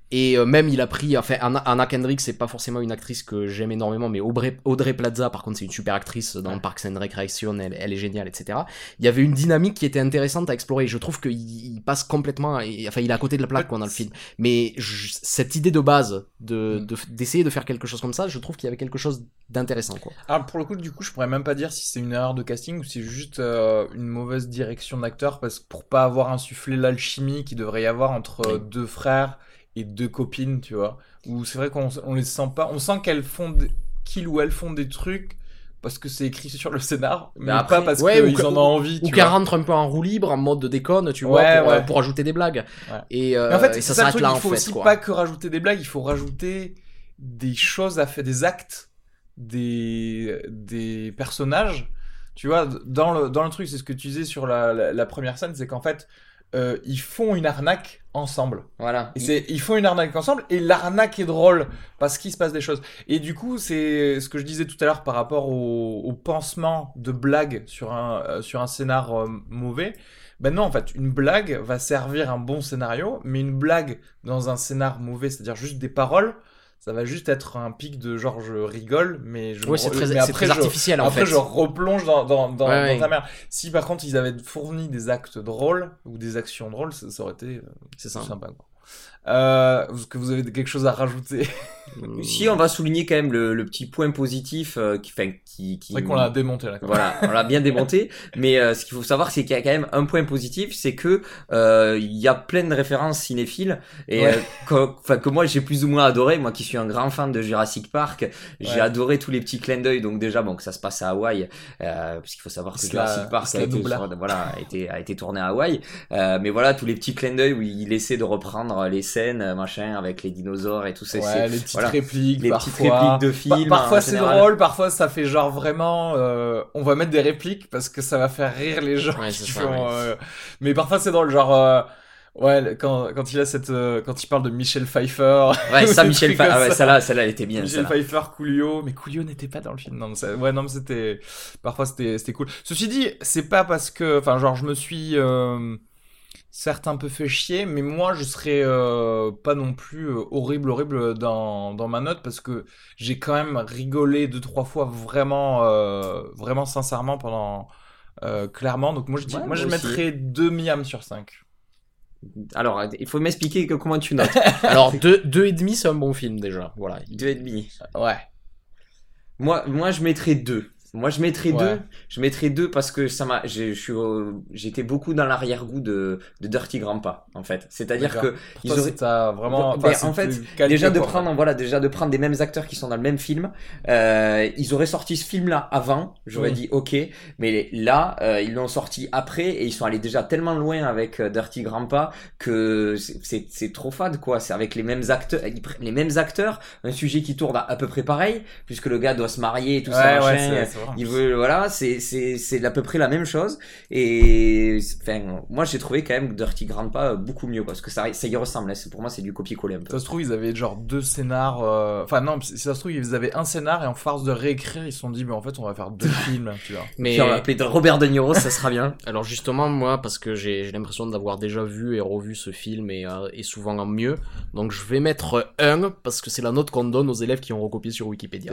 Et euh, même il a pris, enfin Anna, Anna Kendrick c'est pas forcément une actrice que j'aime énormément, mais Aubrey, Audrey Plaza par contre c'est une super actrice dans Ouais. Parks and Recreation, elle, elle est géniale, et cetera. Il y avait une dynamique qui était intéressante à explorer, je trouve qu'il il passe complètement, et, enfin il est à côté de la plaque quoi dans le film. Mais je, cette idée de base, de, de, d'essayer de faire quelque chose comme ça, je trouve qu'il y avait quelque chose d'intéressant quoi. Alors pour le coup, du coup, je pourrais même pas dire si c'est une erreur de casting ou si c'est juste euh, une mauvaise direction d'acteur, parce que pour pas avoir insufflé l'alchimie qu'il devrait y avoir entre euh, deux frères et deux copines, tu vois. Où c'est vrai qu'on on les sent pas, on sent qu'elles font, des- qu'ils ou elles font des trucs parce que c'est écrit sur le scénar, mais après- pas parce ouais, ou qu'ils que- en ont envie, Ou tu qu'elle vois. rentre un peu en roue libre, en mode de déconne, tu Ouais, vois, pour, ouais. euh, pour ajouter des blagues. Ouais. Et, euh, Mais en fait, et c'est ça ça le s'arrête truc, là il en faut fait aussi quoi. pas que rajouter des blagues, il faut rajouter des choses à faire, des actes, des, des personnages. Tu vois, dans le, dans le truc, c'est ce que tu disais sur la, la, la première scène, c'est qu'en fait, euh, ils font une arnaque ensemble. Voilà. Et c'est, ils font une arnaque ensemble, et l'arnaque est drôle, parce qu'il se passe des choses. Et du coup, c'est ce que je disais tout à l'heure par rapport au, au pansement de blagues sur un, euh, sur un scénar euh, mauvais. Ben non, en fait, une blague va servir un bon scénario, mais une blague dans un scénar mauvais, c'est-à-dire juste des paroles, ça va juste être un pic de genre je rigole, mais je Ouais, me c'est re- très, mais c'est après, très je- artificiel en après, fait. je replonge dans, dans, dans, Ouais, dans ouais. ta merde. Si par contre ils avaient fourni des actes drôles ou des actions drôles, ça, ça aurait été euh, C'est ça. sympa. Quoi. Euh, est-ce que vous avez quelque chose à rajouter? Si on va souligner quand même le, le petit point positif euh, qui, enfin, qui, qui. C'est vrai qu'on l'a démonté là. Quand même. Voilà, on l'a bien démonté, mais euh, ce qu'il faut savoir, c'est qu'il y a quand même un point positif, c'est que euh, il y a plein de références cinéphiles et Ouais. euh, que, enfin que moi j'ai plus ou moins adoré, moi qui suis un grand fan de Jurassic Park, j'ai Ouais. adoré tous les petits clins d'œil. Donc déjà, bon, que ça se passe à Hawaï, euh, parce qu'il faut savoir que C'est la- Jurassic Park c'est a la été, Nubla. sur- voilà, a été a été tourné à Hawaï, euh, mais voilà tous les petits clins d'œil où il essaie de reprendre les scènes, machin, avec les dinosaures et tout ça. Ouais, c'est- les petites voilà. répliques, Les parfois. petites répliques de films, Pa- parfois en c'est général. drôle, parfois ça fait genre vraiment. euh, on va mettre des répliques parce que ça va faire rire les gens. Ouais, qui c'est ça, font, ouais. euh, Mais parfois c'est drôle, genre. euh, Ouais, quand, quand il a cette. euh, quand il parle de Michel Pfeiffer. Ouais, ou ça, des Michel trucs Pfeiffer, comme ah ouais, ça. celle-là, celle-là, elle était bien, Michel celle-là. Pfeiffer, Coolio, mais Coolio n'était pas dans le film. Non, mais ça- ouais, non, mais c'était, parfois c'était, c'était cool. Ceci dit, c'est pas parce que, enfin, genre, je me suis, euh, certes un peu fait chier, mais moi, je serais euh, pas non plus euh, horrible, horrible dans, dans ma note parce que j'ai quand même rigolé deux, trois fois vraiment, euh, vraiment sincèrement pendant, euh, clairement. Donc moi, je dis, Ouais, moi, je moi aussi. mettrais deux miams sur cinq. Alors, il faut m'expliquer que, comment tu notes. Alors deux, deux et demi c'est un bon film déjà. Voilà. Deux et demi. Ouais. Moi, moi, je mettrais deux. Moi, je mettrais Ouais. deux. Je mettrais deux parce que ça m'a, j'ai- je suis, au- j'étais beaucoup dans l'arrière-goût de, de Dirty Grandpa, en fait. C'est-à-dire D'accord. que Pour ils toi, auraient, c'est ta- vraiment. Ben, enfin, en fait, c'était calqué, déjà de quoi. prendre, voilà, déjà de prendre des mêmes acteurs qui sont dans le même film. Euh, ils auraient sorti ce film-là avant, j'aurais Mm. dit ok, mais là, euh, ils l'ont sorti après et ils sont allés déjà tellement loin avec euh, Dirty Grandpa que c'est, c'est, c'est trop fade, quoi. C'est avec les mêmes acteurs, ils prennent les mêmes acteurs, un sujet qui tourne à, à peu près pareil, puisque le gars doit se marier et tout ça, Ouais, ouais, machin. c'est- c'est vrai. Il veut, voilà, c'est, c'est, c'est à peu près la même chose. Et, enfin, moi, j'ai trouvé quand même Dirty Grandpa beaucoup mieux, parce que ça, ça y ressemble. Là. C'est, pour moi, c'est du copier-coller un peu. Ça se trouve, ils avaient genre deux scénars. euh, Enfin, non, si ça se trouve, ils avaient un scénar et en force de réécrire, ils se sont dit, mais en fait, on va faire deux films, tu vois. Mais Puis on va l'appeler de Robert De Niro, ça sera bien. alors justement moi parce que j'ai j'ai l'impression d'avoir déjà vu et revu ce film et, euh, et souvent en mieux, donc je vais mettre un parce que c'est la note qu'on donne aux élèves qui ont recopié sur Wikipédia.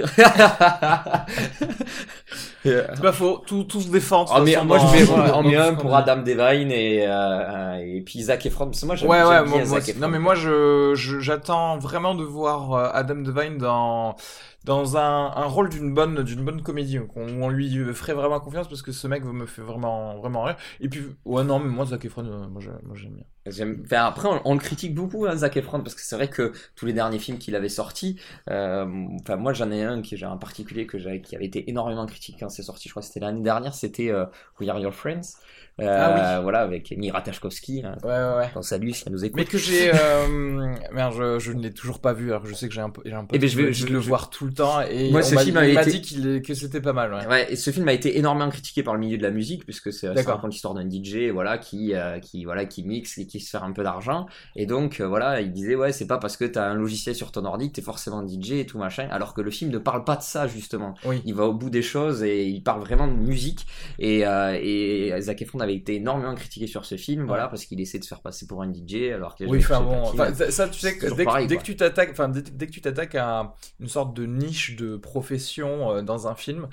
C'est pas faux, tout, tout se défend. de toute En met, façon, moi, dans- je vais dans- en dans mets tout un ce qu'on pour a Adam Devine et, euh, et puis Zac Efron. Parce que moi, j'aime, Ouais, j'aime ouais, bien moi, moi Zac aussi. Efron. Non, mais moi, je, je- j'attends vraiment de voir euh, Adam Devine dans, dans un, un rôle d'une bonne, d'une bonne comédie, où on, où on lui ferait vraiment confiance parce que ce mec me fait vraiment, vraiment rire. Et puis, ouais, non, mais moi, Zac Efron, euh, moi, je- moi, j'aime bien. J'aime... Enfin, après, on, on le critique beaucoup, hein, Zac Efron, parce que c'est vrai que tous les derniers films qu'il avait sortis, euh, enfin, moi, j'en ai un qui, j'ai un particulier que j'avais, qui avait été énormément critiqué quand c'est sorti. Je crois que c'était l'année dernière, c'était euh, We Are Your Friends. Euh, Ah Voilà, avec Mira Tachkovsky. Hein. Ouais, ouais, ouais. On salue si elle nous écoute. Mais que j'ai, euh... merde, je, je ne l'ai toujours pas vu, alors que je sais que j'ai un peu, j'ai un peu Eh ben, je vais- de je- le je- voir tout le temps et Moi, on ce m'a, film il avait m'a été- dit qu'il est- que c'était pas mal. Ouais. Ouais, et ce film a été énormément critiqué par le milieu de la musique puisque c'est, ça D'accord. raconte l'histoire d'un D J, voilà, qui, euh, qui, voilà, qui mixe et qui se fait un peu d'argent. Et donc, euh, voilà, il disait, ouais, c'est pas parce que t'as un logiciel sur ton ordi que t'es forcément D J et tout machin. Alors que le film ne parle pas de ça, justement. Oui. Il va au bout des choses et il parle vraiment de musique. Et, euh, et Zac Efron avait été énormément critiqué sur ce film, voilà, parce qu'il essaie de se faire passer pour un D J alors qu'il a Oui, jamais enfin touché bon, le enfin, platine. ça, ça, tu sais que toujours dès, que- pareil, dès quoi. que tu t'attaques, enfin dès, dès que tu t'attaques à une sorte de niche de profession euh, dans un film,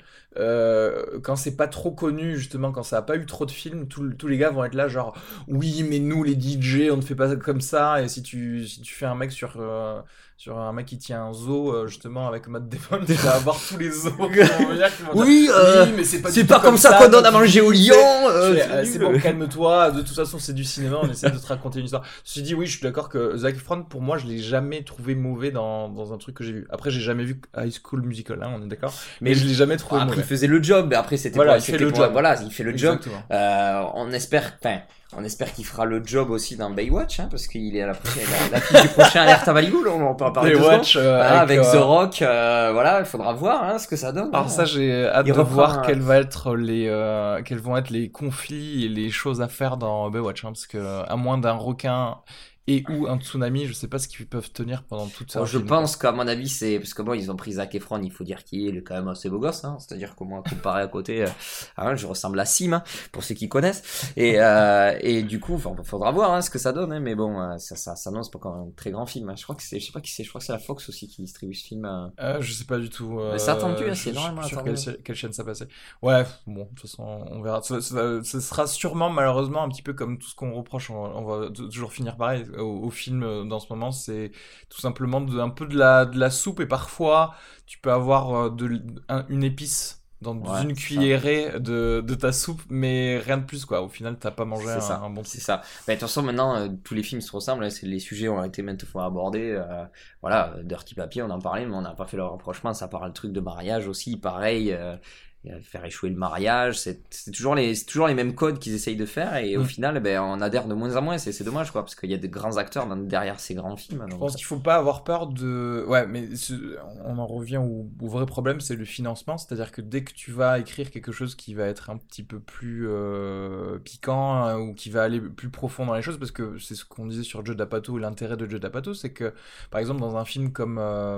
euh, quand c'est pas trop connu justement, quand ça a pas eu trop de films, tout- tous les gars vont être là genre oui mais nous les D J on ne fait pas comme ça et si tu si tu fais un mec sur euh, sur un mec qui tient un zoo euh, justement avec Matt Damon, tu vas avoir tous les zoos qui vont venir, qui vont dire, Oui, euh, oui mais c'est pas c'est du pas tout comme ça qu'on donne à donc, manger aux tu sais, lions. euh, je fais, c'est euh, c'est nul. bon, calme-toi. De toute façon, c'est du cinéma. On essaie de te raconter une histoire. Je me dit, oui, je suis d'accord que Zac Efron, pour moi, je l'ai jamais trouvé mauvais dans, dans un truc que j'ai vu. Après, j'ai jamais vu High School Musical, hein, on est d'accord. Mais, Mais je l'ai jamais trouvé Après, il mauvais. faisait le job, mais après, c'était Voilà, pour, il fait c'était le pour- job. Voilà, il fait le job. Exactement. Euh, on espère, enfin, on espère qu'il fera le job aussi dans Baywatch, hein, parce qu'il est à la, la, la fille du prochain Alerte à Malibu, là, on peut en parler deux Baywatch, secondes. euh, Voilà, avec, avec euh, The Rock, euh, voilà, il faudra voir hein, ce que ça donne. Alors hein. ça, j'ai hâte Il de reprend voir un- quels va être les, euh, quels vont être les conflits et les choses à faire dans Baywatch, hein, parce que à moins d'un requin et ou un tsunami, je sais pas ce qu'ils peuvent tenir pendant toute ça. Bon, je pense qu'à mon avis, c'est parce que bon, ils ont pris Zac Efron, il faut dire qu'il est quand même assez beau gosse, hein. C'est-à-dire que moi, comparé à côté, euh, hein, je ressemble à Sim, hein, pour ceux qui connaissent. Et euh, et du coup, enfin, faudra voir hein, ce que ça donne, hein, mais bon, euh, ça, ça s'annonce pas comme un très grand film. Hein. Je crois que c'est, je sais pas qui c'est, je crois que c'est la Fox aussi qui distribue ce film. Euh... Euh, je sais pas du tout. Euh, Mais c'est attendu, hein, je- c'est je- énormément je suis sûr attendu. quelle, quelle chaîne ça passait. Ouais, bon, de toute façon, on verra. Ce, ce- ce sera sûrement, malheureusement, un petit peu comme tout ce qu'on reproche. On, on va t- toujours finir pareil au, au film euh, dans ce moment. C'est tout simplement de, un peu de la, de la soupe et parfois tu peux avoir euh, de, l- un- une épice dans Ouais, une c'est cuillerée de, de ta soupe, mais rien de plus, quoi. Au final, t'as pas mangé C'est un, ça, un bon c'est truc. ça. Mais de toute façon, maintenant, euh, tous les films se ressemblent. Hein, c'est, les sujets ont été maintes fois abordés. Euh, voilà, Dirty Papier, on en parlait, mais on n'a pas fait le rapprochement. Ça part le truc de mariage aussi, pareil. Euh, euh, faire échouer le mariage, c'est, c'est toujours les, c'est toujours les mêmes codes qu'ils essayent de faire. Et au Mm. final, ben, on adhère de moins en moins. C'est, c'est dommage, quoi, parce qu'il y a de grands acteurs dans- derrière ces grands films. Je donc, pense qu'il faut pas avoir peur de... Ouais, mais ce- on en revient au, au vrai problème, c'est le financement. C'est-à-dire que dès que tu vas écrire quelque chose qui va être un petit peu plus euh, piquant hein, ou qui va aller plus profond dans les choses, parce que c'est ce qu'on disait sur Joe D'Apato, l'intérêt de Joe D'Apato, c'est que, par exemple, dans un film comme... Euh,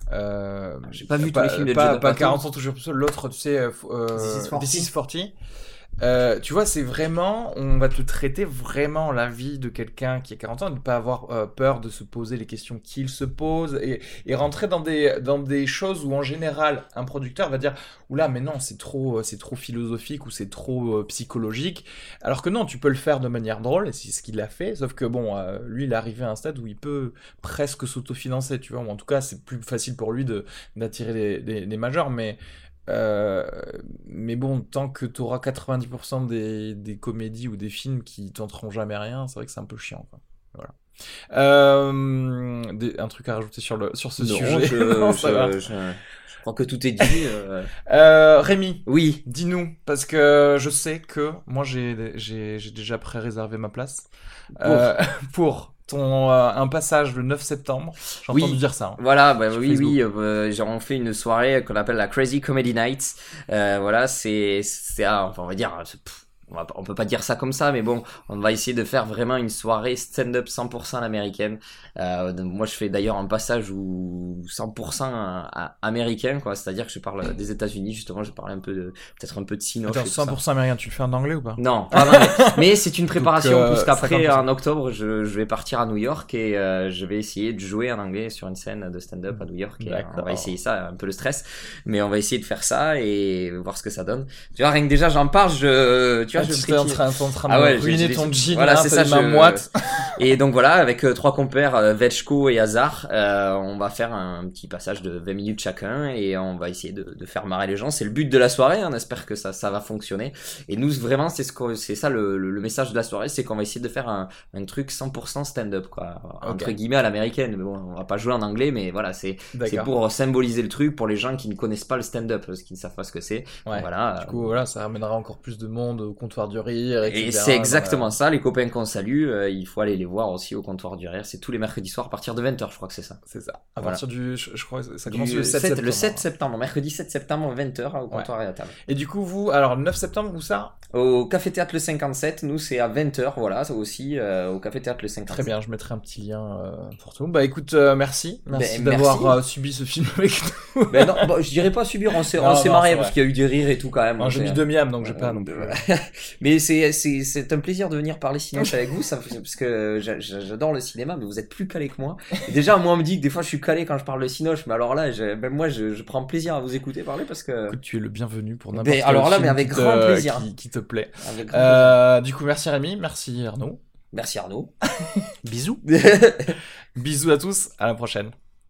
euh, J'ai pas vu tous pas, les films de pas, Joe pas D'Apato. quarante ans toujours plus seul, l'autre, tu sais, euh, euh, This is forty. This is forty. Euh, tu vois, c'est vraiment, on va te traiter vraiment la vie de quelqu'un qui a quarante ans, ne pas avoir euh, peur de se poser les questions qu'il se pose et, et rentrer dans des, dans des choses où en général un producteur va dire oula mais non c'est trop, euh, c'est trop philosophique ou c'est trop euh, psychologique, alors que non tu peux le faire de manière drôle et c'est ce qu'il a fait, sauf que bon euh, lui il est arrivé à un stade où il peut presque s'autofinancer, tu vois, ou en tout cas c'est plus facile pour lui de d'attirer des, des, des majors, mais Euh, mais bon, tant que tu auras quatre-vingt-dix pour cent des, des comédies ou des films qui tenteront jamais rien, c'est vrai que c'est un peu chiant, quoi. Voilà. Euh, des- un truc à rajouter sur, le, sur ce non, sujet. je, Non, ça va. je, je, je crois que tout est dit. Euh... Euh, Rémi, Oui. dis-nous, parce que je sais que moi j'ai, j'ai, j'ai déjà pré-réservé ma place Pour. euh, pour ton, euh, un passage le neuf septembre. J'ai Oui. entendu dire ça. hein. Voilà, bah Sur oui, Facebook. oui, euh, genre on fait une soirée qu'on appelle la Crazy Comedy Night. Euh, voilà, c'est, c'est, ah, enfin on va dire, c'est- pff, on, va, on peut pas dire ça comme ça, mais bon, on va essayer de faire vraiment une soirée stand-up cent pour cent à l'américaine. Euh, donc moi je fais d'ailleurs un passage où cent pour cent à- à- américain, quoi, c'est-à-dire que je parle des États-Unis justement, je parle un peu de, peut-être un peu de Sinoche. Attends, et tout ça. cent pour cent américain, tu le fais en anglais ou pas? Non, pas vraiment, mais, mais c'est une préparation Donc, euh, puisqu'après cinquante pour cent. en octobre je, je vais partir à New York et euh, je vais essayer de jouer en anglais sur une scène de stand-up à New York et euh, on D'accord. va essayer ça, un peu le stress, mais on va essayer de faire ça et voir ce que ça donne. Tu vois, rien que déjà j'en parle, je, tu vois, Ah, je tu serais t'es en qui- train, t'es en train Ah de ouais, j'ai- ruiner j'ai ton des- jean, voilà, là, c'est t'as ça, les mains je- moites. Et donc voilà, avec euh, trois compères, euh, Vetchko et Hazard, euh, on va faire un petit passage de vingt minutes chacun et on va essayer de, de faire marrer les gens. C'est le but de la soirée, on espère que ça, ça va fonctionner. Et nous, vraiment, c'est ce que, c'est ça le, le, le message de la soirée, c'est qu'on va essayer de faire un, un truc cent pour cent stand-up, quoi. Entre Ok. guillemets à l'américaine. Mais bon, on va pas jouer en anglais, mais voilà, c'est, c'est D'accord. pour symboliser le truc pour les gens qui ne connaissent pas le stand-up, parce qu'ils ne savent pas ce que c'est. Ouais. Voilà. Du coup, voilà, ça ramènera encore plus de monde au comptoir comptoir du rire, et cetera. Et c'est exactement ça, les copains qu'on salue, euh, il faut aller les voir aussi au comptoir du rire. C'est tous les mercredis soirs à partir de vingt heures, je crois que c'est ça. C'est ça. À Voilà. partir du, je, je crois que ça Du commence le sept septembre. Le sept septembre, mercredi sept septembre, vingt heures au comptoir et à table. Et du coup, vous, alors le neuf septembre, où ça? Au Café Théâtre le cinquante-sept, nous c'est à vingt heures, voilà, ça aussi, euh, au Café Théâtre le cinquante-sept. Très bien, je mettrai un petit lien euh, pour tout. Bah écoute, euh, merci. Merci Ben, d'avoir merci. euh, subi ce film avec nous. Ben non, bon, je dirais pas subir, on s'est, Non, on s'est non, marré c'est parce vrai. qu'il y a eu des rires et tout quand même. Non, on j'ai s'est- mis demi-âme, donc j'ai Euh, pas non plus. mais c'est, c'est, c'est un plaisir de venir parler cinéma avec vous, ça, fait- parce que j'a- j'a- j'adore le cinéma, mais vous êtes plus calé que moi. Et déjà, moi, on me dit que des fois, je suis calé quand je parle de cinoche, mais alors là, je, même moi, je, je prends plaisir à vous écouter parler parce que. Écoute, tu es le bienvenu pour n'importe Ben, quel alors là, film mais avec qui grand te- plaisir. Qui, qui te plaît. Avec grand plaisir. Euh, du coup, merci Rémi, merci Arnaud. Merci Arnaud. Bisous. Bisous à tous, à la prochaine.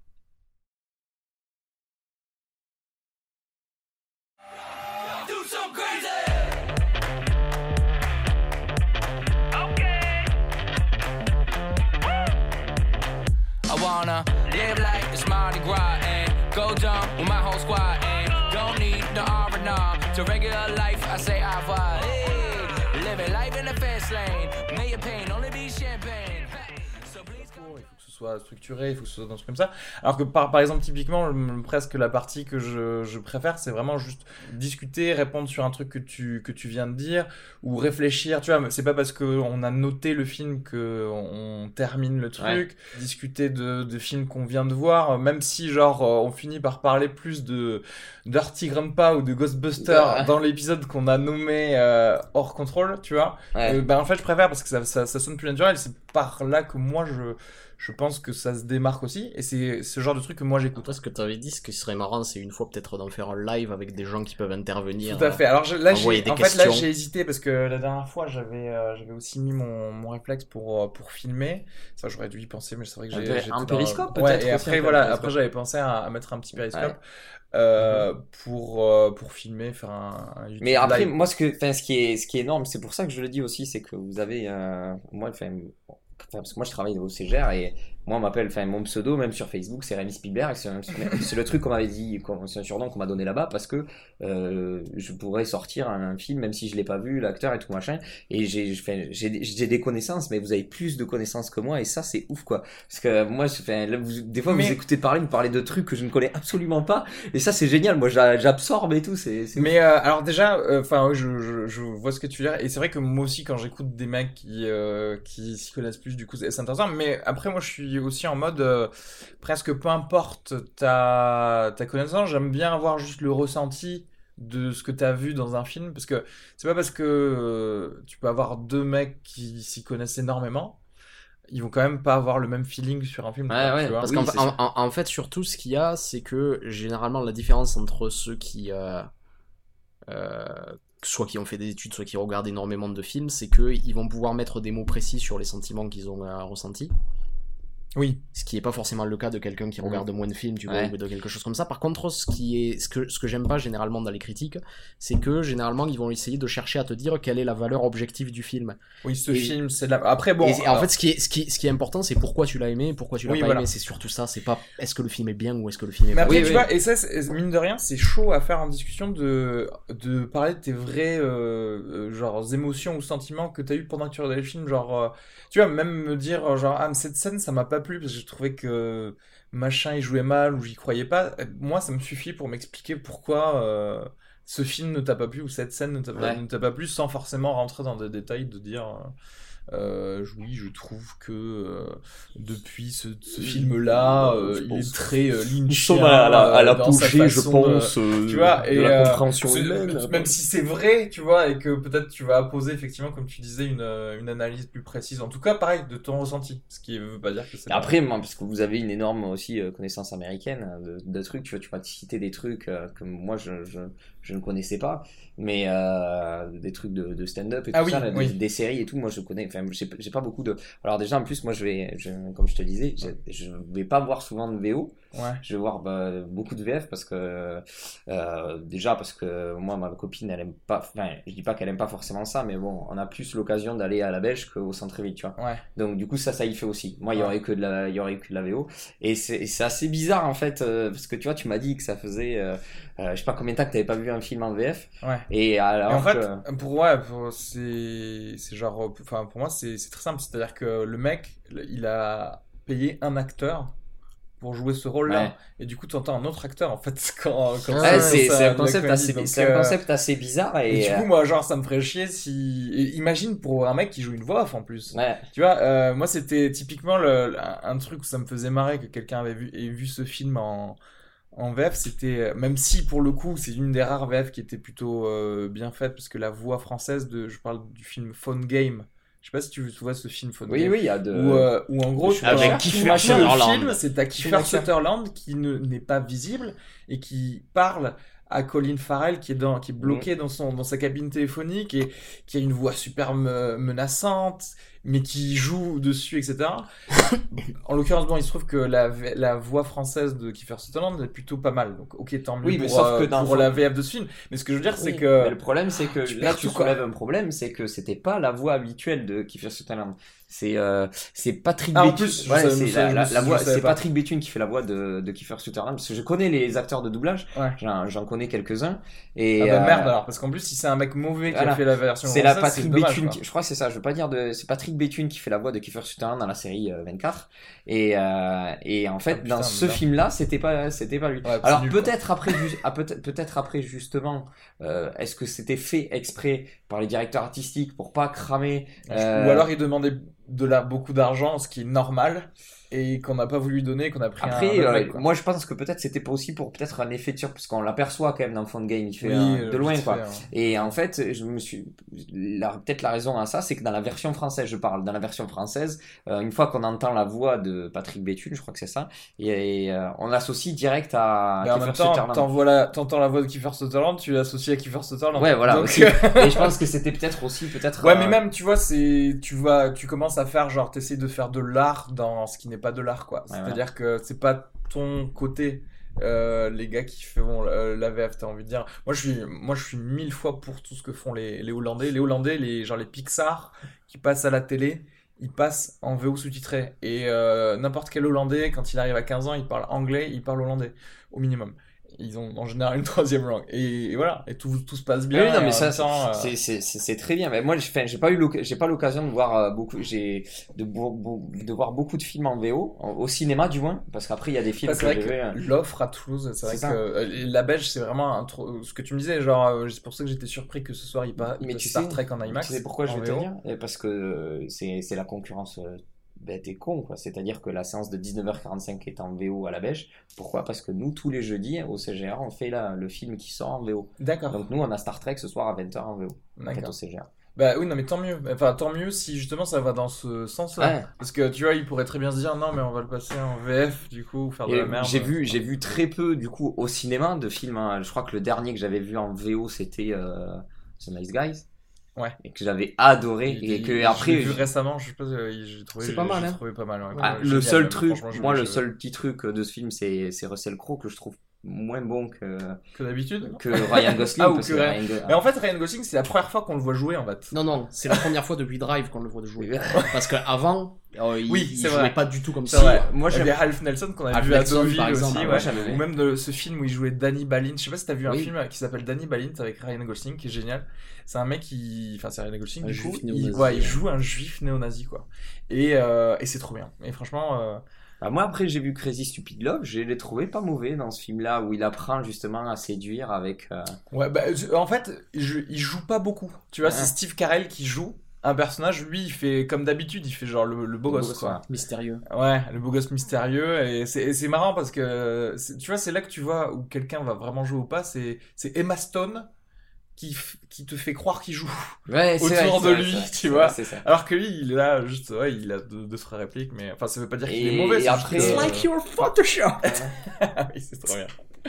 I wanna live like it's Mardi Gras and go dumb with my whole squad and don't need the R and R to regular life. I say au revoir. Hey, living life in the fast lane. May your pain only be champagne. So please come. Il faut que ce soit structuré, il faut que ce soit dans un truc comme ça. Alors que par, par exemple, typiquement, le- presque la partie que je, je préfère, c'est vraiment juste discuter, répondre sur un truc que tu, que tu viens de dire, ou réfléchir, tu vois, c'est pas parce qu'on a noté le film qu'on termine le truc, discuter de, de films qu'on vient de voir, même si genre on finit par parler plus de Dirty Grandpa ou de Ghostbusters Ouais. dans l'épisode qu'on a nommé euh, hors contrôle, tu vois. Ouais. Euh, ben en fait je préfère parce que ça, ça, ça sonne plus naturel, c'est par là que moi je, je pense que ça se démarque aussi, et c'est ce genre de truc que moi j'écoute. Après, ce que tu avais dit, ce qui serait marrant, c'est une fois peut-être d'en faire un live avec des gens qui peuvent intervenir. Tout à fait. Alors je- là, envoyer j'ai, des en fait, là, questions. j'ai hésité parce que la dernière fois, j'avais, euh, j'avais aussi mis mon, mon réflexe pour, euh, pour filmer. Ça, j'aurais dû y penser, mais c'est vrai que Un j'ai, peu- j'étais un dans- périscope, Ouais, peut-être et aussi, après, un voilà, périscope. après, j'avais pensé à, à mettre un petit périscope, Ouais. euh, pour, euh, pour filmer, faire un, un YouTube Mais après, live. moi, ce que, enfin, ce qui est, ce qui est énorme, c'est pour ça que je le dis aussi, c'est que vous avez, euh, moi, enfin, bon, enfin, parce que moi, je travaille au C G R et moi, on m'appelle, enfin, mon pseudo, même sur Facebook, c'est Rémi Spielberg. C'est, un- c'est le truc qu'on m'avait dit, qu'on- c'est un surnom qu'on m'a donné là-bas parce que euh, je pourrais sortir un, un film, même si je l'ai pas vu, l'acteur et tout machin. Et j'ai, enfin, j'ai, j'ai des connaissances, mais vous avez plus de connaissances que moi et ça, c'est ouf, quoi. Parce que moi, je- enfin, là, vous, des fois, Mais- vous écoutez parler, vous parlez de trucs que je ne connais absolument pas. Et ça, c'est génial. Moi, j'a- j'absorbe et tout. C'est, c'est ouf. Mais euh, alors déjà, enfin, je, je, je vois ce que tu veux dire, et c'est vrai que moi aussi, quand j'écoute des mecs qui, euh, qui s'y connaissent plus, du coup, c'est, c'est intéressant. Mais après, moi, je suis aussi en mode euh, presque peu importe ta, ta connaissance, j'aime bien avoir juste le ressenti de ce que tu as vu dans un film, parce que c'est pas parce que euh, tu peux avoir deux mecs qui s'y connaissent énormément, ils vont quand même pas avoir le même feeling sur un film. Ouais, quoi, ouais, tu vois. Parce Oui, qu'en c'est en, sûr. en- en fait, surtout, ce qu'il y a, c'est que généralement, la différence entre ceux qui. euh, euh, soit qui ont fait des études, soit qui regardent énormément de films, c'est qu'ils vont pouvoir mettre des mots précis sur les sentiments qu'ils ont euh, ressentis. Oui. Ce qui est pas forcément le cas de quelqu'un qui regarde moins de films, tu vois, Ouais. ou de quelque chose comme ça. Par contre, ce qui est, ce que, ce que j'aime pas généralement dans les critiques, c'est que généralement ils vont essayer de chercher à te dire quelle est la valeur objective du film. Oui, ce Et- film, c'est de la... Après, bon... et en alors- fait, ce qui est, ce qui, ce qui est important, c'est pourquoi tu l'as aimé, pourquoi tu l'as Oui, pas voilà. aimé. C'est surtout ça. C'est pas est-ce que le film est bien ou est-ce que le film est Mais pas après, Oui, tu oui. vois, et ça, c'est- mine de rien, c'est chaud à faire en discussion de, de parler de tes vraies euh, euh, genre, émotions ou sentiments que t'as eu pendant que tu regardais le film. Genre, euh, tu vois, même me dire, genre, ah, mais cette scène, ça m'a pas plu parce que je trouvais que machin, il jouait mal ou j'y croyais pas. Moi, ça me suffit pour m'expliquer pourquoi euh, ce film ne t'a pas plu ou cette scène ne t'a pas, Ouais. ne t'a pas plu sans forcément rentrer dans des détails de dire. euh, Euh, oui, je trouve que euh, depuis ce, ce film-là, euh, il est très euh, Nous lynchien, sommes à la, à euh, dans sa l'apogée, je façon de- pense, euh, tu vois, de et la euh, compréhension c'est- humaine. même si c'est vrai, tu vois, et que peut-être tu vas apposer effectivement, comme tu disais, une, euh, une analyse plus précise. En tout cas, pareil, de ton ressenti, ce qui veut pas dire que c'est. Et après, moi, parce que vous avez une énorme aussi euh, connaissance américaine hein, de, de trucs, tu vois, tu vas te citer des trucs euh, que moi je, je, je ne connaissais pas, mais euh, des trucs de, de stand-up et tout Ah oui, ça, là, oui. des, des séries et tout, moi je connais, enfin, j'ai, j'ai pas beaucoup de. Alors déjà en plus moi je vais, je, comme je te disais, je, je vais pas voir souvent de V O. Ouais. Je vais voir bah, beaucoup de V F parce que euh, déjà parce que moi ma copine elle aime pas, enfin je dis pas qu'elle aime pas forcément ça, mais bon on a plus l'occasion d'aller à la Belge qu'au centre-ville, tu vois. Ouais. Donc du coup ça ça y fait aussi. Moi il Ouais. y aurait que de la, il y aurait que de la V O et c'est, et c'est assez bizarre en fait euh, parce que tu vois tu m'as dit que ça faisait euh, euh, je sais pas combien de temps que t'avais pas vu un film en V F. Ouais. Et alors Et en fait, que... pour ouais, pour, c'est c'est genre, enfin pour moi c'est c'est très simple, c'est-à-dire que le mec, il a payé un acteur pour jouer ce rôle-là, Ouais. et du coup tu entends un autre acteur en fait quand, quand Ouais, ça- c'est, ça- c'est un de la concept comédie. assez, Donc, c'est un euh, concept assez bizarre et et, du coup euh, moi genre ça me ferait chier si et imagine pour un mec qui joue une voix off en plus. ouais. Tu vois, euh, moi c'était typiquement le, un, un truc où ça me faisait marrer que quelqu'un avait vu et vu ce film en en V F, c'était même si pour le coup c'est une des rares V F qui était plutôt euh, bien faite parce que la voix française de, je parle du film Phone Game. Je sais pas si tu vois ce film Phone Oui Game. oui il y a de. Où, euh, où en gros, tu Avec vois, Kiefer tout le Sutherland. film, c'est à Kiefer Schumacher. Sutherland qui ne, n'est pas visible et qui parle à Colin Farrell qui est dans, qui est bloqué dans son, dans sa cabine téléphonique et qui a une voix super me- menaçante, mais qui joue dessus, et cetera. En l'occurrence, bon, il se trouve que la, v- la voix française de Kiefer Sutherland est plutôt pas mal. Donc, ok, tant mieux Oui, mais pour, sauf euh, que dans pour le la fond- V F de ce film. Mais ce que je veux dire, c'est Oui, que mais le problème, c'est que tu là, perds tu tout, quoi. soulèves un problème, c'est que c'était pas la voix habituelle de Kiefer Sutherland. C'est euh, c'est Patrick Ah, en Béthune. plus, je Ouais, savais- c'est je la, savais- la, je la voix, savais c'est pas. Patrick Béthune qui fait la voix de, de Kiefer Sutherland parce que je connais les acteurs de doublage. Ouais. J'en, j'en connais quelques-uns. Et ah bah euh, merde alors, parce qu'en plus, si c'est un mec mauvais qui voilà. a fait la version c'est la française, Patrick dommage, Béthune. quoi. Qui, je crois que c'est ça. Je veux pas dire de. C'est Patrick Béthune qui fait la voix de Kiefer Sutherland dans la série euh, vingt-quatre. Et euh, et en fait, Ah, putain, dans ce merde. film-là, c'était pas c'était pas lui. Ouais, c'est Alors nul, quoi. peut-être après, ju- ah, peut-être peut-être après justement, euh, est-ce que c'était fait exprès par les directeurs artistiques pour pas cramer euh, Ou alors il demandait de la, beaucoup d'argent, ce qui est normal, et qu'on n'a pas voulu lui donner, qu'on a pris Après, un, un euh, mec, quoi. moi je pense que peut-être c'était pas aussi pour peut-être un effet de surprise, parce qu'on l'aperçoit quand même dans Phone Game, il fait Oui, euh, de euh, loin vite quoi. fait, hein. Et en fait, je me suis, la, peut-être la raison à ça, c'est que dans la version française, je parle, dans la version française, euh, une fois qu'on entend la voix de Patrick Béthune, je crois que c'est ça, et, et, euh, on l'associe direct à Mais en Kiefer même temps, Sutherland. t'envoies la- t'entends la voix de Kiefer Sutherland, tu l'associes à Kiefer Sutherland. Ouais, voilà. Donc, Aussi. euh, Et je pense que c'était peut-être aussi, peut-être. Ouais, euh, mais même, tu vois, c'est, tu vois, tu commences à faire, genre, t'essayes de faire de l'art dans ce qui n'est pas de l'art, quoi. Ouais, C'est-à-dire que c'est pas ton côté, euh, les gars qui font euh, la V F, t'as envie de dire. Moi, je suis, moi, je suis mille fois pour tout ce que font les, les Hollandais. Les Hollandais, les, genre, les Pixar qui passent à la télé, ils passent en V O sous-titré. Et, euh, n'importe quel Hollandais, quand il arrive à quinze ans, il parle anglais, il parle hollandais, au minimum. Ils ont en général une troisième langue. Et, et voilà. Et tout, tout se passe bien. Oui, non, et mais en ça, même temps, euh, c'est, c'est, c'est, c'est très bien. Mais moi, j'ai, enfin, j'ai pas eu l'oc- j'ai pas l'occasion de voir euh, beaucoup, j'ai, de, bo- bo- de voir beaucoup de films en V O, en- au cinéma du moins, parce qu'après, il y a des films Ouais, c'est que vrai j'ai que vus, euh, l'offre à Toulouse, c'est vrai C'est que ça. euh, la Belge, c'est vraiment un tro- ce que tu me disais, genre, euh, c'est pour ça que j'étais surpris que ce soir il passe Mais tu Star sais- Trek en IMAX. Tu sais pourquoi je en vais te V O. dire? Et parce que euh, c'est, c'est la concurrence euh, bête et con, quoi. C'est-à-dire que la séance de dix-neuf heures quarante-cinq est en V O à la Belge. Pourquoi? Parce que nous, tous les jeudis, au C G R, on fait la, le film qui sort en V O. D'accord. Donc nous, on a Star Trek ce soir à vingt heures en V O, en fait, D'accord. au C G R. Bah oui, non, mais tant mieux. Enfin, tant mieux si justement ça va dans ce sens-là. Ouais. Parce que tu vois, il pourrait très bien se dire non, mais on va le passer en V F, du coup, faire de Et la merde. j'ai vu, j'ai vu très peu du coup au cinéma de films. Hein. Je crois que le dernier que j'avais vu en V O c'était euh, The Nice Guys. Ouais. Et que j'avais adoré Il- et il- que je après. l'ai vu je- récemment, je sais pas, euh, j'ai trouvé, C'est pas j'ai- mal, j'ai hein. trouvé pas mal. Ouais, Ah, Ouais, le génial, seul même, truc, franchement, je- moi je- le seul petit truc de ce film c'est c'est Russell Crowe que je trouve moins bon que que d'habitude. que Ryan Gosling. Ah, ou parce que que Ryan- Ryan Go- Mais en fait, Ryan Gosling, c'est la première fois qu'on le voit jouer en fait. Non, non, c'est la première fois depuis Drive qu'on le voit jouer. Parce qu'avant, euh, il, Oui, il c'est jouait vrai. pas du tout comme C'est ça. vrai. moi, Il y j'aime- avait Ralph Nelson qu'on a Ralph vu à Nelson, Deauville par exemple. aussi, Ah, ouais. moi, j'avais vu. Ou même de ce film où il jouait Danny Balint. Je sais pas si t'as vu un Oui. film qui s'appelle Danny Balint avec Ryan Gosling, qui est génial. C'est un mec qui, enfin c'est Ryan Gosling Un du juif coup, néo-nazi, il, ouais, il ouais. joue un juif néo-nazi quoi. Et euh, et c'est trop bien. Et franchement, euh, Bah, moi après j'ai vu Crazy Stupid Love, je l'ai trouvé pas mauvais dans ce film-là où il apprend justement à séduire avec. euh, ouais, bah je- en fait, je, il joue pas beaucoup. Tu vois, Ouais. c'est Steve Carell qui joue un personnage. Lui, il fait comme d'habitude, il fait genre le, le beau Le beau gosse gosse, quoi. Mystérieux. Ouais, le beau gosse mystérieux, et c'est et c'est marrant parce que, c'est- tu vois, c'est là que tu vois où quelqu'un va vraiment jouer ou pas, c'est c'est Emma Stone qui, f- qui te fait croire qu'il joue. Ouais, c'est Autour vrai, de c'est lui, vrai, tu c'est vois. vrai, c'est ça. Alors que lui, il est là, juste, ouais, il a deux, deux trois répliques, mais enfin, ça veut pas dire qu'il Et- est mauvais, et c'est après- juste It's que- like your Photoshop. Ah oui, c'est trop bien.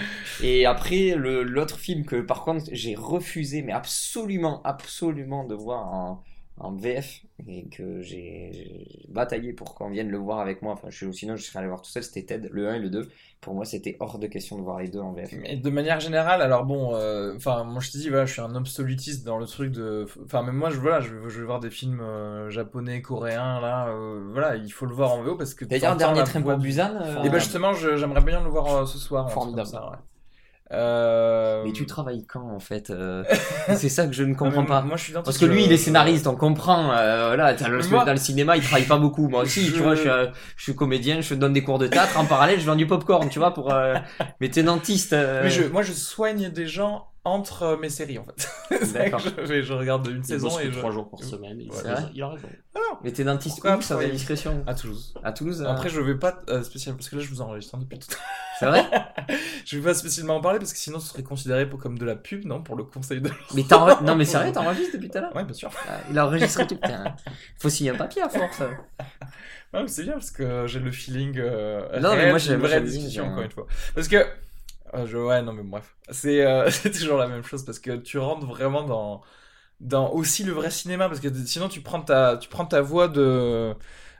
Et après, le, l'autre film que par contre j'ai refusé, mais absolument, absolument de voir en, en V F et que j'ai, j'ai bataillé pour qu'on vienne le voir avec moi. Enfin, je, sinon, je serais allé voir tout seul. C'était Ted, le un et le deux. Pour moi, c'était hors de question de voir les deux en V F. Mais de manière générale, alors bon, enfin, euh, moi je te dis, voilà, je suis un absolutiste dans le truc de, enfin, même moi, je voilà, je, je vais voir des films euh, japonais, coréens, là, euh, voilà, il faut le voir en V O parce que. D'ailleurs, dernier train pour Busan. Euh... Et ben justement, je, j'aimerais bien le voir euh, ce soir. Formidable. Ça, ouais. Euh... Mais tu travailles quand en fait euh... C'est ça que je ne comprends pas. Moi, je suis dans Parce que lui, je... il est scénariste, on comprend. Euh, voilà, t'as le... moi... dans le cinéma, il travaille pas beaucoup. Moi aussi, je... tu vois, je suis, euh, je suis comédien, je donne des cours de théâtre. En parallèle, je vends du popcorn, tu vois, pour. Euh... Mais t'es dentiste. Euh... Mais je, moi, je soigne des gens entre mes séries en fait. D'accord. je, je regarde une il saison et je... je... trois jours par semaine. Il, ouais, il a raison. Alors, mais t'es dentiste où, ça va discrétion? À Toulouse. À Toulouse. Euh... Après, je vais pas euh, spécialement parce que là, je vous enregistre depuis tout à l'heure. C'est vrai? Je vais pas spécialement en parler parce que sinon, ce serait considéré comme de la pub, non, pour le conseil de. Mais t'en... non, mais sérieux, t'enregistres depuis tout à l'heure? Ouais, bien sûr. Ah, il a enregistré tout. Putain. Faut signer un papier à force. Ouais, mais c'est bien parce que j'ai le feeling. Euh, non, réel, mais moi, j'ai une vraie dit, discussion j'ai... encore une fois. Parce que. Euh, je... Ouais, non, mais bref. C'est, euh, c'est toujours la même chose parce que tu rentres vraiment dans. Dans aussi le vrai cinéma parce que sinon tu prends ta, tu prends ta voix de.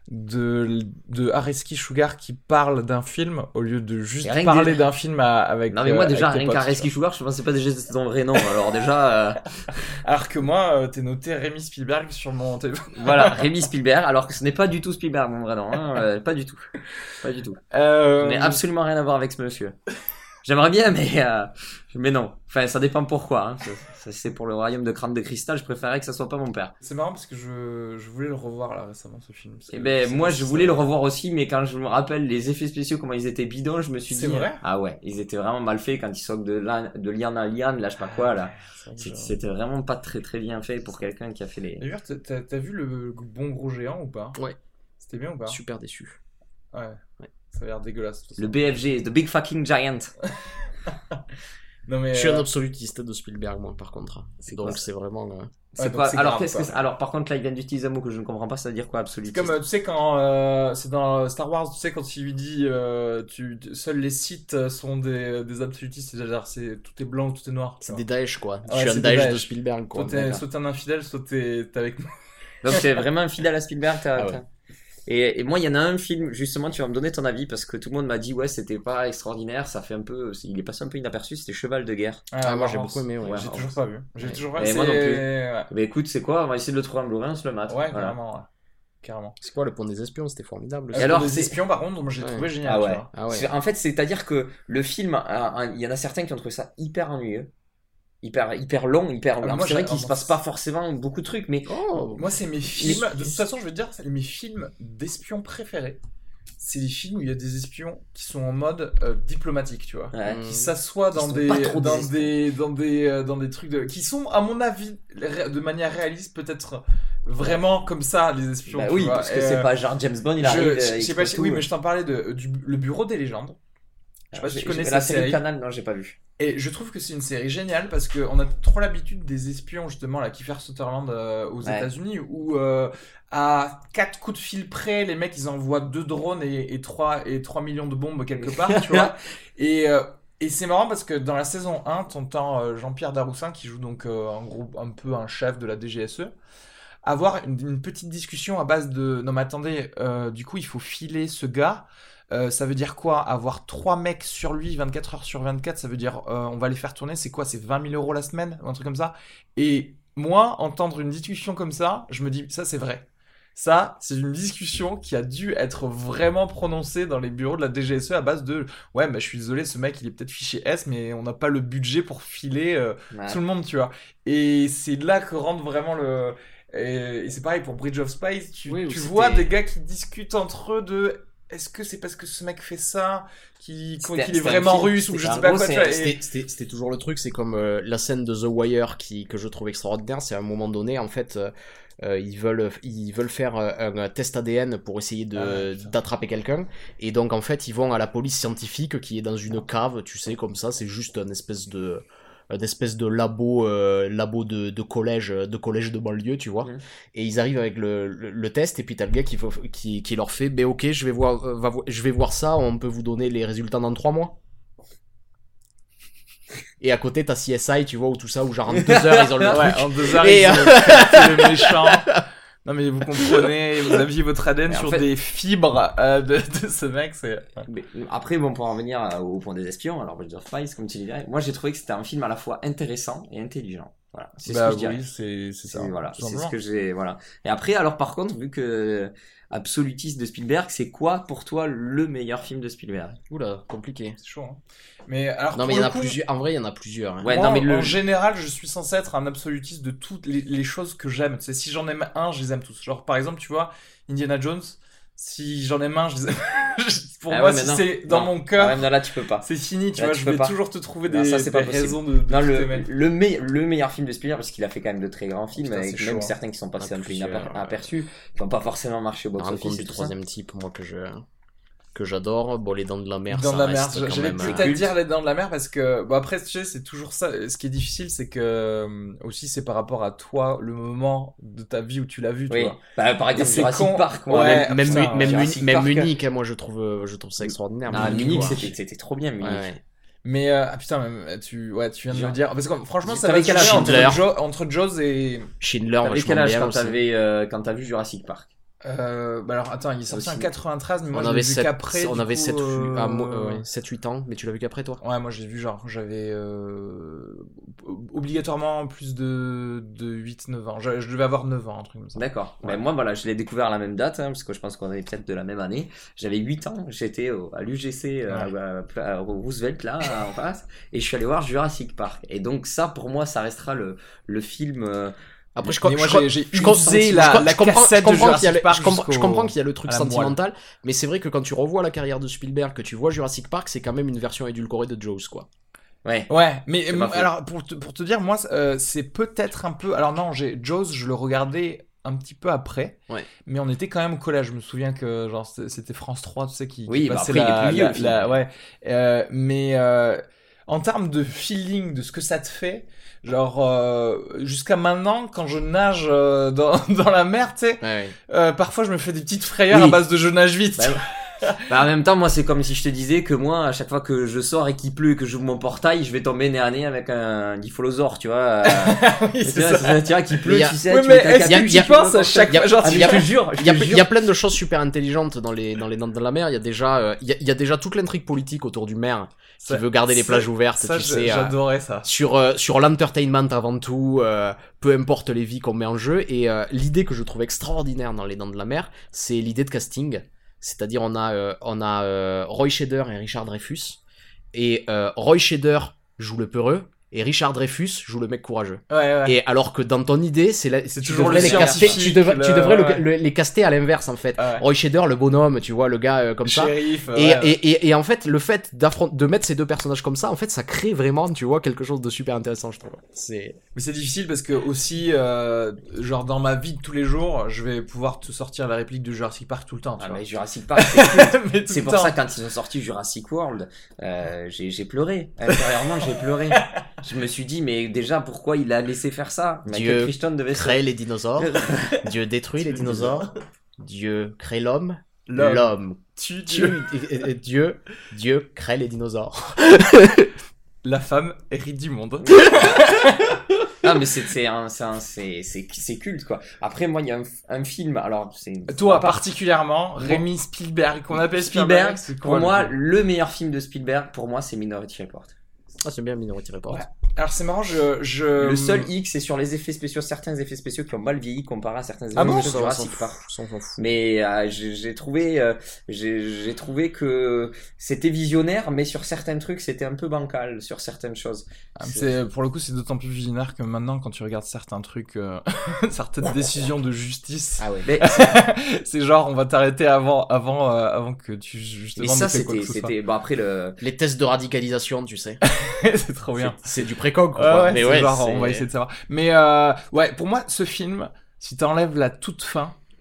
de de Areski Sugar qui parle d'un film au lieu de juste parler déjà... d'un film à, avec non mais moi euh, déjà rien qu'Areski Sugar je pensais pas déjà c'était ton vrai nom alors déjà euh... alors que moi euh, t'es noté Rémi Spielberg sur mon téléphone. Voilà, Rémi Spielberg alors que ce n'est pas du tout Spielberg mon vrai nom hein, euh, pas du tout pas du tout euh... je n'ai absolument rien à voir avec ce monsieur. J'aimerais bien, mais euh, mais non. Enfin, ça dépend pourquoi. Hein. C'est, c'est pour le royaume de crâne de cristal. Je préférais que ça soit pas mon père. C'est marrant parce que je, je voulais le revoir là récemment ce film. Et ben moi je voulais le revoir aussi, mais quand je me rappelle les effets spéciaux comment ils étaient bidons, je me suis c'est dit vrai ah ouais, ils étaient vraiment mal faits quand ils sautent de lan, de liane à liane, là je sais pas quoi là. C'était, c'était vraiment pas très très bien fait pour quelqu'un qui a fait les. D'ailleurs, t'as, t'as, t'as vu le bon gros géant ou pas? Ouais. C'était bien ou pas? Super déçu. Ouais. Ouais. Ça a l'air dégueulasse. Le B F G, The Big Fucking Giant. Non mais je suis euh... un absolutiste de Spielberg moi par contre. C'est donc quoi, c'est vraiment. Euh... C'est ouais, quoi c'est alors grave, qu'est-ce que c'est... alors par contre là il vient d'utiliser un mot que je ne comprends pas, ça veut dire quoi absolutiste? C'est comme tu sais quand euh, c'est dans Star Wars, tu sais quand il lui dit euh, tu seuls les Sith sont des des absolutistes, c'est-à-dire c'est tout est blanc, tout est noir. C'est des Daesh quoi. Ouais, je suis un Daesh, Daesh de Spielberg quoi. Soit t'es, soit t'es un infidèle, soit t'es, t'es avec moi. Donc t'es vraiment un fidèle à Spielberg. T'as, ah ouais. t'as... Et, et moi, il y en a un film, justement, tu vas me donner ton avis, parce que tout le monde m'a dit, ouais, c'était pas extraordinaire, ça fait un peu, il est passé un peu inaperçu, c'était Cheval de guerre. Ah, ah moi, j'ai beaucoup aimé, ouais. ouais j'ai toujours pas vu. J'ai ouais. toujours pas vu. Moi non plus. Ouais. Mais écoute, c'est quoi, on va essayer de le trouver en Blu-ray, on se le mate. Ouais, voilà. carrément, ouais. Carrément. C'est quoi le Pont des Espions? C'était formidable. Et alors, les espions, par contre, moi, j'ai ouais. trouvé génial. Ah ouais. Ah ouais. En fait, c'est-à-dire que le film, il y en a certains qui ont trouvé ça hyper ennuyeux. Hyper, hyper long, hyper long. Moi, c'est vrai qu'il se passe pas forcément beaucoup de trucs, mais. Oh, moi, c'est mes films. De toute façon, je veux te dire, c'est mes films d'espions préférés. C'est les films où il y a des espions qui sont en mode euh, diplomatique, tu vois. Ouais. Qui s'assoient dans des, dans des, des, dans des, euh, dans des trucs de, qui sont, à mon avis, de manière réaliste, peut-être vraiment comme ça, les espions. Bah tu oui, vois. parce que euh, c'est pas genre James Bond, il je, arrive. Je, je sais pas, oui, mais je t'en parlais de, du, le Bureau des légendes. Je sais pas si tu connais la cette série Canal, non, j'ai pas vu. Et je trouve que c'est une série géniale parce qu'on a trop l'habitude des espions, justement, la Kiefer Sutherland euh, aux ouais. États-Unis, où euh, à quatre coups de fil près, les mecs ils envoient deux drones et, et, trois, et trois millions de bombes quelque part, tu vois. Et, euh, et c'est marrant parce que dans la saison un, t'entends euh, Jean-Pierre Daroussin, qui joue donc euh, en gros un peu un chef de la D G S E, avoir une, une petite discussion à base de non mais attendez, euh, du coup il faut filer ce gars. Euh, ça veut dire quoi? Avoir trois mecs sur lui vingt-quatre heures sur vingt-quatre, ça veut dire euh, on va les faire tourner, c'est quoi? C'est vingt mille euros la semaine? Un truc comme ça. Et moi, entendre une discussion comme ça, je me dis, ça c'est vrai. Ça, c'est une discussion qui a dû être vraiment prononcée dans les bureaux de la D G S E à base de ouais, bah je suis désolé, ce mec il est peut-être fiché S, mais on n'a pas le budget pour filer euh, ouais. tout le monde, tu vois. Et c'est là que rentre vraiment le. Et, et c'est pareil pour Bridge of Spies, tu, oui, tu vois des gars qui discutent entre eux de. Est-ce que c'est parce que ce mec fait ça qu'il, qu'il est vraiment russe ou je sais pas quoi c'était, c'était, c'était, c'était toujours le truc, c'est comme euh, la scène de The Wire qui, que je trouve extraordinaire, c'est à un moment donné, en fait, euh, ils, veulent, ils veulent faire un, un test A D N pour essayer de, ah, d'attraper quelqu'un, et donc en fait, ils vont à la police scientifique qui est dans une cave, tu sais, comme ça, c'est juste une espèce de... d'espèce de labo euh, labo de, de collège de collège de banlieue tu vois mmh. Et ils arrivent avec le, le, le test et puis t'as le gars qui, faut, qui, qui leur fait ben ok je vais voir euh, va, je vais voir ça, on peut vous donner les résultats dans trois mois. Et à côté t'as C S I tu vois ou tout ça où genre en deux heures ils ont le ouais, truc en deux heures et ils ont le méchant. Non mais vous comprenez, vous aviez votre A D N Mais en sur fait- des fibres euh, de, de ce mec, c'est... Ouais. Mais après, bon, pour en revenir à- au point des espions, alors Bridge of Spies, comme tu disais, moi j'ai trouvé que c'était un film à la fois intéressant et intelligent. Voilà, c'est Bah ce que je dirais. oui, c'est, c'est ça. C'est, voilà, tout c'est ce simplement. que j'ai, voilà. Et après, alors par contre, vu que absolutiste de Spielberg, c'est quoi pour toi le meilleur film de Spielberg? Oula, compliqué. C'est chaud, hein. Mais alors, Non, pour mais il y en le a coup, plusieurs. En vrai, il y en a plusieurs. hein. Ouais, moi, non, mais le- en général, je suis censé être un absolutiste de toutes les, les choses que j'aime. Tu sais, si j'en aime un, je les aime tous. Genre, par exemple, tu vois, Indiana Jones, si j'en aime un, je les aime. Pour Ah moi, ouais, mais si non. c'est dans Non. mon cœur, Ah ouais, non, là, tu peux pas. c'est fini, tu Là, vois, tu je peux vais pas. toujours te trouver Non, des, ça, c'est pas des possible. raisons de, de Non, le, t'aimer. le, me- le meilleur film de Spielberg, parce qu'il a fait quand même de très grands films, Putain, avec c'est même chaud, hein. certains qui sont passés Ah, un peu plusieurs, inaper- ouais. aperçus, qui n'ont pas forcément marché au La box-office rencontre et du tout ça. troisième type, moi, que je que j'adore. Bon, les dents de la mer, Dans ça de la mer, reste quand j'allais même. peut-être euh, dire les dents de la mer parce que bon après tu sais c'est toujours ça. Ce qui est difficile c'est que euh, aussi c'est par rapport à toi le moment de ta vie où tu l'as vu. Tu Oui. vois. Bah, par exemple, Et c'est Jurassic con. Park, moi. Ouais. Même, putain, même, même, Jurassic Muni- même Park. Munich, hein, moi, je trouve, euh, je trouve ça extraordinaire. Ah, Munich, Munich, quoi. c'était, c'était trop bien, Munich. Ouais, ouais. Mais euh, ah putain même, tu ouais tu viens de me Genre- le dire parce que franchement ça T'avais va quel se âge, jouer entre, Schindler Jo- entre Jaws et Schindler, T'avais vachement quel âge bien quand aussi. t'avais, euh, quand t'as vu Jurassic Park? euh, bah alors attends il est sorti Aussi. en quatre-vingt-treize mais moi On je avait l'ai vu sept- qu'après. on du avait coup, sept euh, ah, moi, euh, ouais, sept huit ans, mais tu l'as vu qu'après, toi? Ouais, moi j'ai vu genre j'avais euh, obligatoirement plus de, de huit neuf ans. Je, je devais avoir neuf ans, un truc comme ça. D'accord. Ouais. Mais moi, voilà, je l'ai découvert à la même date, hein, parce que je pense qu'on est peut-être de la même année. J'avais huit ans, j'étais au- à l'U G C, euh, Ouais. à, à Roosevelt, là, en face, et je suis allé voir Jurassic Park. Et donc, ça, pour moi, ça restera le, le film. euh, Après, je, Mais moi, je, j'ai- j'ai je, usé je- la- je- la je comprends, cassette je comprends de qu'il y a le- Jurassic Park je comprends, je jusqu'au- comprends qu'il y a le truc à la moelle. sentimental, mais c'est vrai que quand tu revois la carrière de Spielberg, que tu vois Jurassic Park, c'est quand même une version édulcorée de Jaws, quoi. Ouais. Ouais, mais C'est euh, pas faux. alors pour te, pour te dire, moi, euh, c'est peut-être un peu. Alors non, j'ai Jaws, je le regardais un petit peu après, Ouais. mais on était quand même au collège. Je me souviens que genre c'était c'était France trois, tu sais, qui, Oui, qui bah passait après, il est la, plus vieux, la- le film. la- ouais. Euh, mais euh, en termes de feeling, de ce que ça te fait, genre euh, jusqu'à maintenant, quand je nage euh, dans, dans la mer, tu sais, Ouais, ouais. euh, parfois je me fais des petites frayeurs Oui. à base de je nage vite. Bah, Bah, en même temps, moi, c'est comme si je te disais que moi, à chaque fois que je sors et qu'il pleut et que j'ouvre mon portail, je vais tomber nez à nez avec un dipholosaure, tu vois. euh, Oui, tu c'est vois, ça. tu vois, qu'il pleut, Mais y a- tu sais, Oui, tu mais mets ta est-ce que capuche, y a- tu tu mets penses ton à chaque portail. fois, genre, Ah, mais tu- je te jure, je Il y, a, te il y a jure. plein de choses super intelligentes dans les dans les dents de la mer. Il y a déjà euh, il, y a, il y a déjà toute l'intrigue politique autour du maire qui Ça- veut garder les ça- plages ouvertes, Ça, tu je- sais. euh, j'adorais ça. sur euh, sur l'entertainment avant tout, euh, peu importe les vies qu'on met en jeu. Et euh, l'idée que je trouve extraordinaire dans les dents de la mer, c'est l'idée de casting. C'est-à-dire on a euh, on a euh, Roy Scheider et Richard Dreyfuss, et euh, Roy Scheider joue le peureux et Richard Dreyfuss joue le mec courageux. Ouais, ouais. Et alors que dans ton idée, c'est la, C'est tu toujours devrais le les caster, scientifique, tu devrais, tu le- devrais le- ouais. le- les caster à l'inverse en fait. Ah ouais. Roy Scheider, le bonhomme, tu vois, le gars euh, comme ça. Shérif, Et, ouais. et, et, et en fait, le fait d'affronter, de mettre ces deux personnages comme ça, en fait, ça crée vraiment, tu vois, quelque chose de super intéressant, je trouve. C'est, Mais c'est difficile parce que aussi, euh, genre dans ma vie de tous les jours, je vais pouvoir te sortir la réplique de Jurassic Park tout le temps. Tu Ah, vois. mais Jurassic Park, c'est cool. Mais tout C'est le pour temps. ça, quand ils ont sorti Jurassic World, euh, j'ai, j'ai pleuré. Intérieurement, j'ai pleuré. Je me suis dit, mais déjà, pourquoi il a laissé faire ça? Dieu Michael Crichton devait se... crée les dinosaures, Dieu détruit les dinosaures, Dieu crée l'homme, L'homme. l'homme Tu, tue, Dieu. et- et- et Dieu, Dieu crée les dinosaures. La femme hérite du monde. Ah, mais c'est, c'est, un, c'est, un, c'est, c'est, c'est culte, quoi. Après, moi, il y a un, un film, alors, c'est... Toi, pas- particulièrement, Rémi Spielberg, qu'on appelle Spielberg, Spielberg, c'est pour quoi, moi, le- le meilleur film de Spielberg, pour moi, c'est Minority Report. Ah, c'est bien Minority Report. Ouais. Alors c'est marrant, je... je... Le seul X, c'est sur les effets spéciaux, certains effets spéciaux qui ont mal vieilli comparé à certains effets Ah bon, spéciaux de Ça, on s'en Jurassic fout, Park. ça, on s'en fout. Mais euh, j'ai, j'ai trouvé, euh, j'ai, j'ai trouvé que c'était visionnaire, mais sur certains trucs, c'était un peu bancal sur certaines choses. Ah, c'est, pour le coup, c'est d'autant plus visionnaire que maintenant, quand tu regardes certains trucs, euh, certaines décisions de justice, Ah ouais. Mais, c'est genre, on va t'arrêter avant, avant, euh, avant que tu, justement, et ça, ne fais quoi c'était, que ce soit. c'était, bon après le, Les tests de radicalisation, tu sais. C'est trop bien. C'est c'est du précoq, Ouais, quoi. ouais, Mais c'est ouais, genre, c'est- on va essayer de savoir. Mais, euh, ouais, pour moi, ce film, si t'enlèves la toute fin,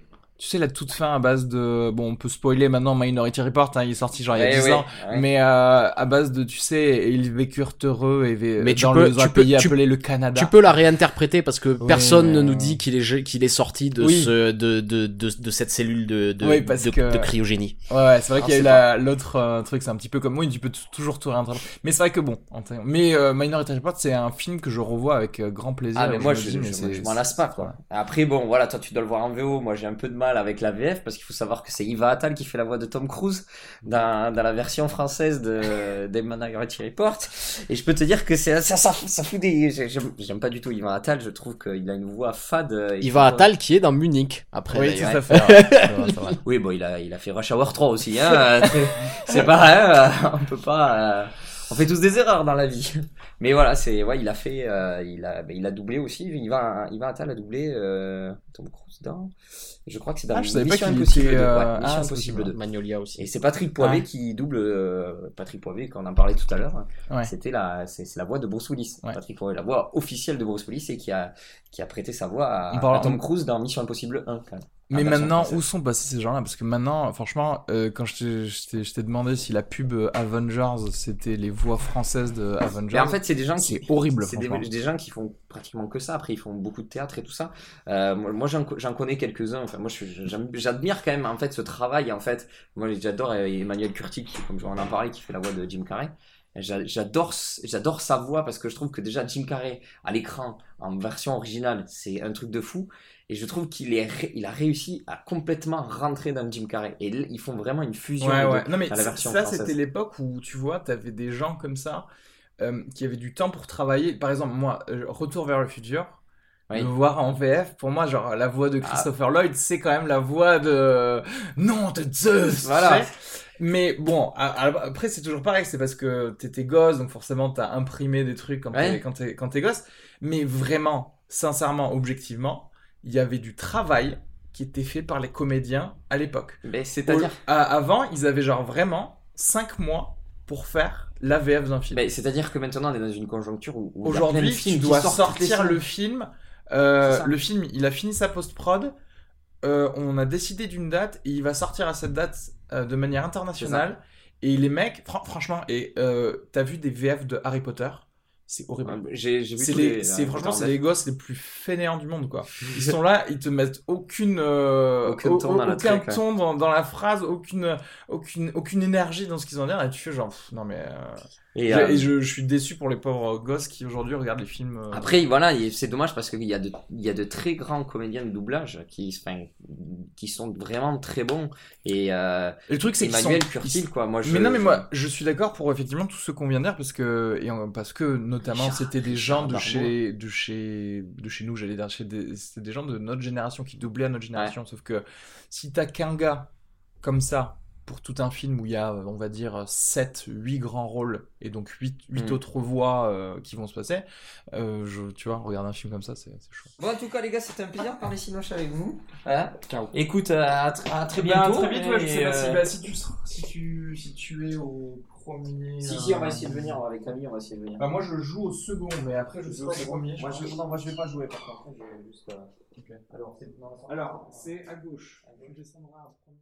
tu sais, la toute fin à base de, bon, on peut spoiler maintenant Minority Report, hein, il est sorti genre il y a Ouais, dix ouais, ans, ouais. mais euh, à base de, tu sais, ils vécurent heureux et vé- Mais tu dans peux- le, dans tu un peux- pays tu- appelé le Canada. Tu peux la réinterpréter parce que Oui, personne ne mais- nous dit qu'il est qu'il est sorti de Oui. ce de, de de de cette cellule de de, Oui, parce de, que- de cryogénie. Ouais, ouais, c'est vrai Ah, qu'il y a eu c'est la, l'autre euh, truc, c'est un petit peu comme, oui, tu peux t- toujours tout réinterpréter. Mais c'est vrai que bon, en t- mais euh, Minority Report, c'est un film que je revois avec euh, grand plaisir. Ah mais et moi me je, dis, mais je, c'est- je m'en lasse pas quoi. Après bon voilà, toi tu dois le voir en V O, moi j'ai un peu de mal avec la V F parce qu'il faut savoir que c'est Yves Attal qui fait la voix de Tom Cruise dans, dans la version française de des Minority Report et je peux te dire que c'est ça ça, ça fout des j'aime, j'aime pas du tout Yves Attal, je trouve qu'il a une voix fade. Il Yvan Attal qui est dans Munich après. Oui, d'ailleurs. tout à fait. ouais. C'est vrai, c'est vrai. Oui bon il a il a fait Rush Hour trois aussi hein. C'est pas hein, on peut pas euh, on fait tous des erreurs dans la vie. Mais voilà, c'est ouais, il a fait euh, il a ben, il a doublé aussi, Yvan Yvan Attal a doublé euh, Tom Cruise dans je crois que c'est dans Ah, je savais pas Mission qu'il Impossible était, deux. euh, Ouais, ah, Mission c'est Impossible possible. deux. Magnolia aussi. Et c'est Patrick Poivet Ah. qui double euh, Patrick Poivet quand on en parlait tout à l'heure. Ouais. C'était la c'est, c'est la voix de Bruce Willis. Ouais. Patrick Poivet, la voix officielle de Bruce Willis et qui a qui a prêté sa voix à, On parle- à Tom Cruise dans Mission Impossible un quand même. Mais En version maintenant, française. où sont passés ces gens-là? Parce que maintenant, franchement, euh, quand je t'ai, je, t'ai, je t'ai demandé si la pub euh, Avengers, c'était les voix françaises de Avengers. Mais en fait, c'est des gens qui c'est horrible, c'est des, franchement. des gens qui font pratiquement que ça. Après, ils font beaucoup de théâtre et tout ça. Euh, moi, moi, j'en, j'en connais quelques-uns. Enfin, moi, je, j'aime- j'admire quand même en fait ce travail. En fait, moi, j'adore euh, Emmanuel Curti, qui, comme on en parlait, qui fait la voix de Jim Carrey. J'a- J'adore, j'adore sa voix parce que je trouve que déjà Jim Carrey à l'écran en version originale, c'est un truc de fou. Et je trouve qu'il est, ré- il a réussi à complètement rentrer dans Jim Carrey. Et l- ils font vraiment une fusion Ouais, de- ouais. Non, mais dans la ça, version ça, française. c'était l'époque où, tu vois, t'avais des gens comme ça, euh, qui avaient du temps pour travailler. Par exemple, moi, euh, Retour vers le futur, Oui. le voir en V F, pour moi, genre, la voix de Ah. Christopher Lloyd, c'est quand même la voix de... Non, de Zeus! Voilà. tu sais. Mais bon, a- a- après, c'est toujours pareil, c'est parce que t'étais gosse, donc forcément, t'as imprimé des trucs quand, Ouais. t'es, quand, t'es, quand t'es gosse. Mais vraiment, sincèrement, objectivement, il y avait du travail qui était fait par les comédiens à l'époque. Mais c'est-à-dire, Au- à- avant, ils avaient genre vraiment cinq mois pour faire la V F d'un film. mais c'est-à-dire que maintenant on est dans une conjoncture où, où il y a plein de Aujourd'hui, films tu qui dois sortent toutes les sortir semaines. le film. euh, C'est ça. le film, il a fini sa post-prod. euh, on a décidé d'une date et il va sortir à cette date euh, de manière internationale. Et les mecs, fran- franchement, et euh, t'as vu des V F de Harry Potter? C'est horrible. Ouais, J'ai, j'ai vu C'est tous les, les- c'est euh, franchement, dans c'est le- les gosses les plus fainéants du monde, quoi. Ils sont là, ils te mettent aucune, euh, Aucun au- ton dans la aucun truc, ouais. ton dans, dans la phrase, aucune, aucune, aucune énergie dans ce qu'ils ont à dire, et tu fais genre, pff, non mais, euh, Et, je- euh, et je, je suis déçu pour les pauvres gosses qui aujourd'hui regardent les films. euh, Après, voilà, et c'est dommage parce qu'il y a de, il y a de très grands comédiens de doublage qui, enfin, qui sont vraiment très bons. Et euh, Et le truc, c'est qu'ils sont. Emmanuel ils- Curtil, quoi. Moi, je, Mais non, mais je- moi, je suis d'accord pour effectivement tout ce qu'on vient de dire parce que et on- parce que notamment Richard- c'était des Richard gens de Darbois. chez de chez de chez nous, j'allais dire chez des c'était des gens de notre génération qui doublaient à notre génération. Sauf que si t'as qu'un gars comme ça pour tout un film où il y a on va dire sept huit grands rôles et donc huit huit Mm. autres voix euh, qui vont se passer, euh, je, tu vois, regarder un film comme ça, c'est c'est chaud. Bon, en tout cas, les gars, c'était un plaisir de parler Sinoche avec vous. Voilà. Ciao. Écoute, euh, à, tr- à très Bah, bientôt. très vite, ouais, je et, sais pas si, euh, bah, si tu seras- si tu si tu es au premier. Si, si, on va essayer de venir avec Camille, on va essayer de venir. Bah, moi je joue au second, mais après je Je serai joue au au second. premier. Moi, je, non, moi, je vais pas jouer, par contre. Je vais juste, euh, Ok. Alors, c'est, non, non, Alors, c'est à gauche. Tu descendras à première.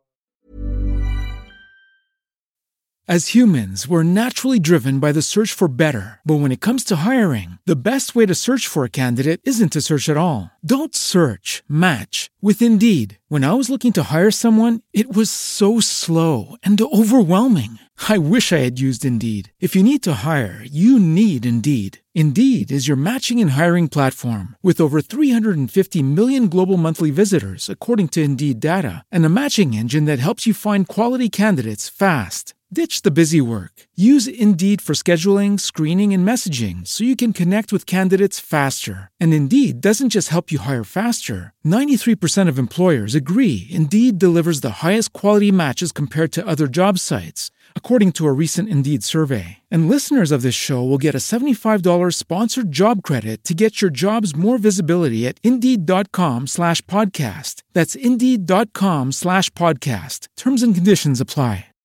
As humans, we're naturally driven by the search for better. But when it comes to hiring, the best way to search for a candidate isn't to search at all. Don't search, match with Indeed. When I was looking to hire someone, it was so slow and overwhelming. I wish I had used Indeed. If you need to hire, you need Indeed. Indeed is your matching and hiring platform with over three hundred fifty million global monthly visitors, according to Indeed data, and a matching engine that helps you find quality candidates fast. Ditch the busy work. Use Indeed for scheduling, screening, and messaging so you can connect with candidates faster. And Indeed doesn't just help you hire faster. ninety-three percent of employers agree Indeed delivers the highest quality matches compared to other job sites, according to a recent Indeed survey. And listeners of this show will get a seventy-five dollars sponsored job credit to get your jobs more visibility at Indeed.com slash podcast. That's Indeed.com slash podcast. Terms and conditions apply.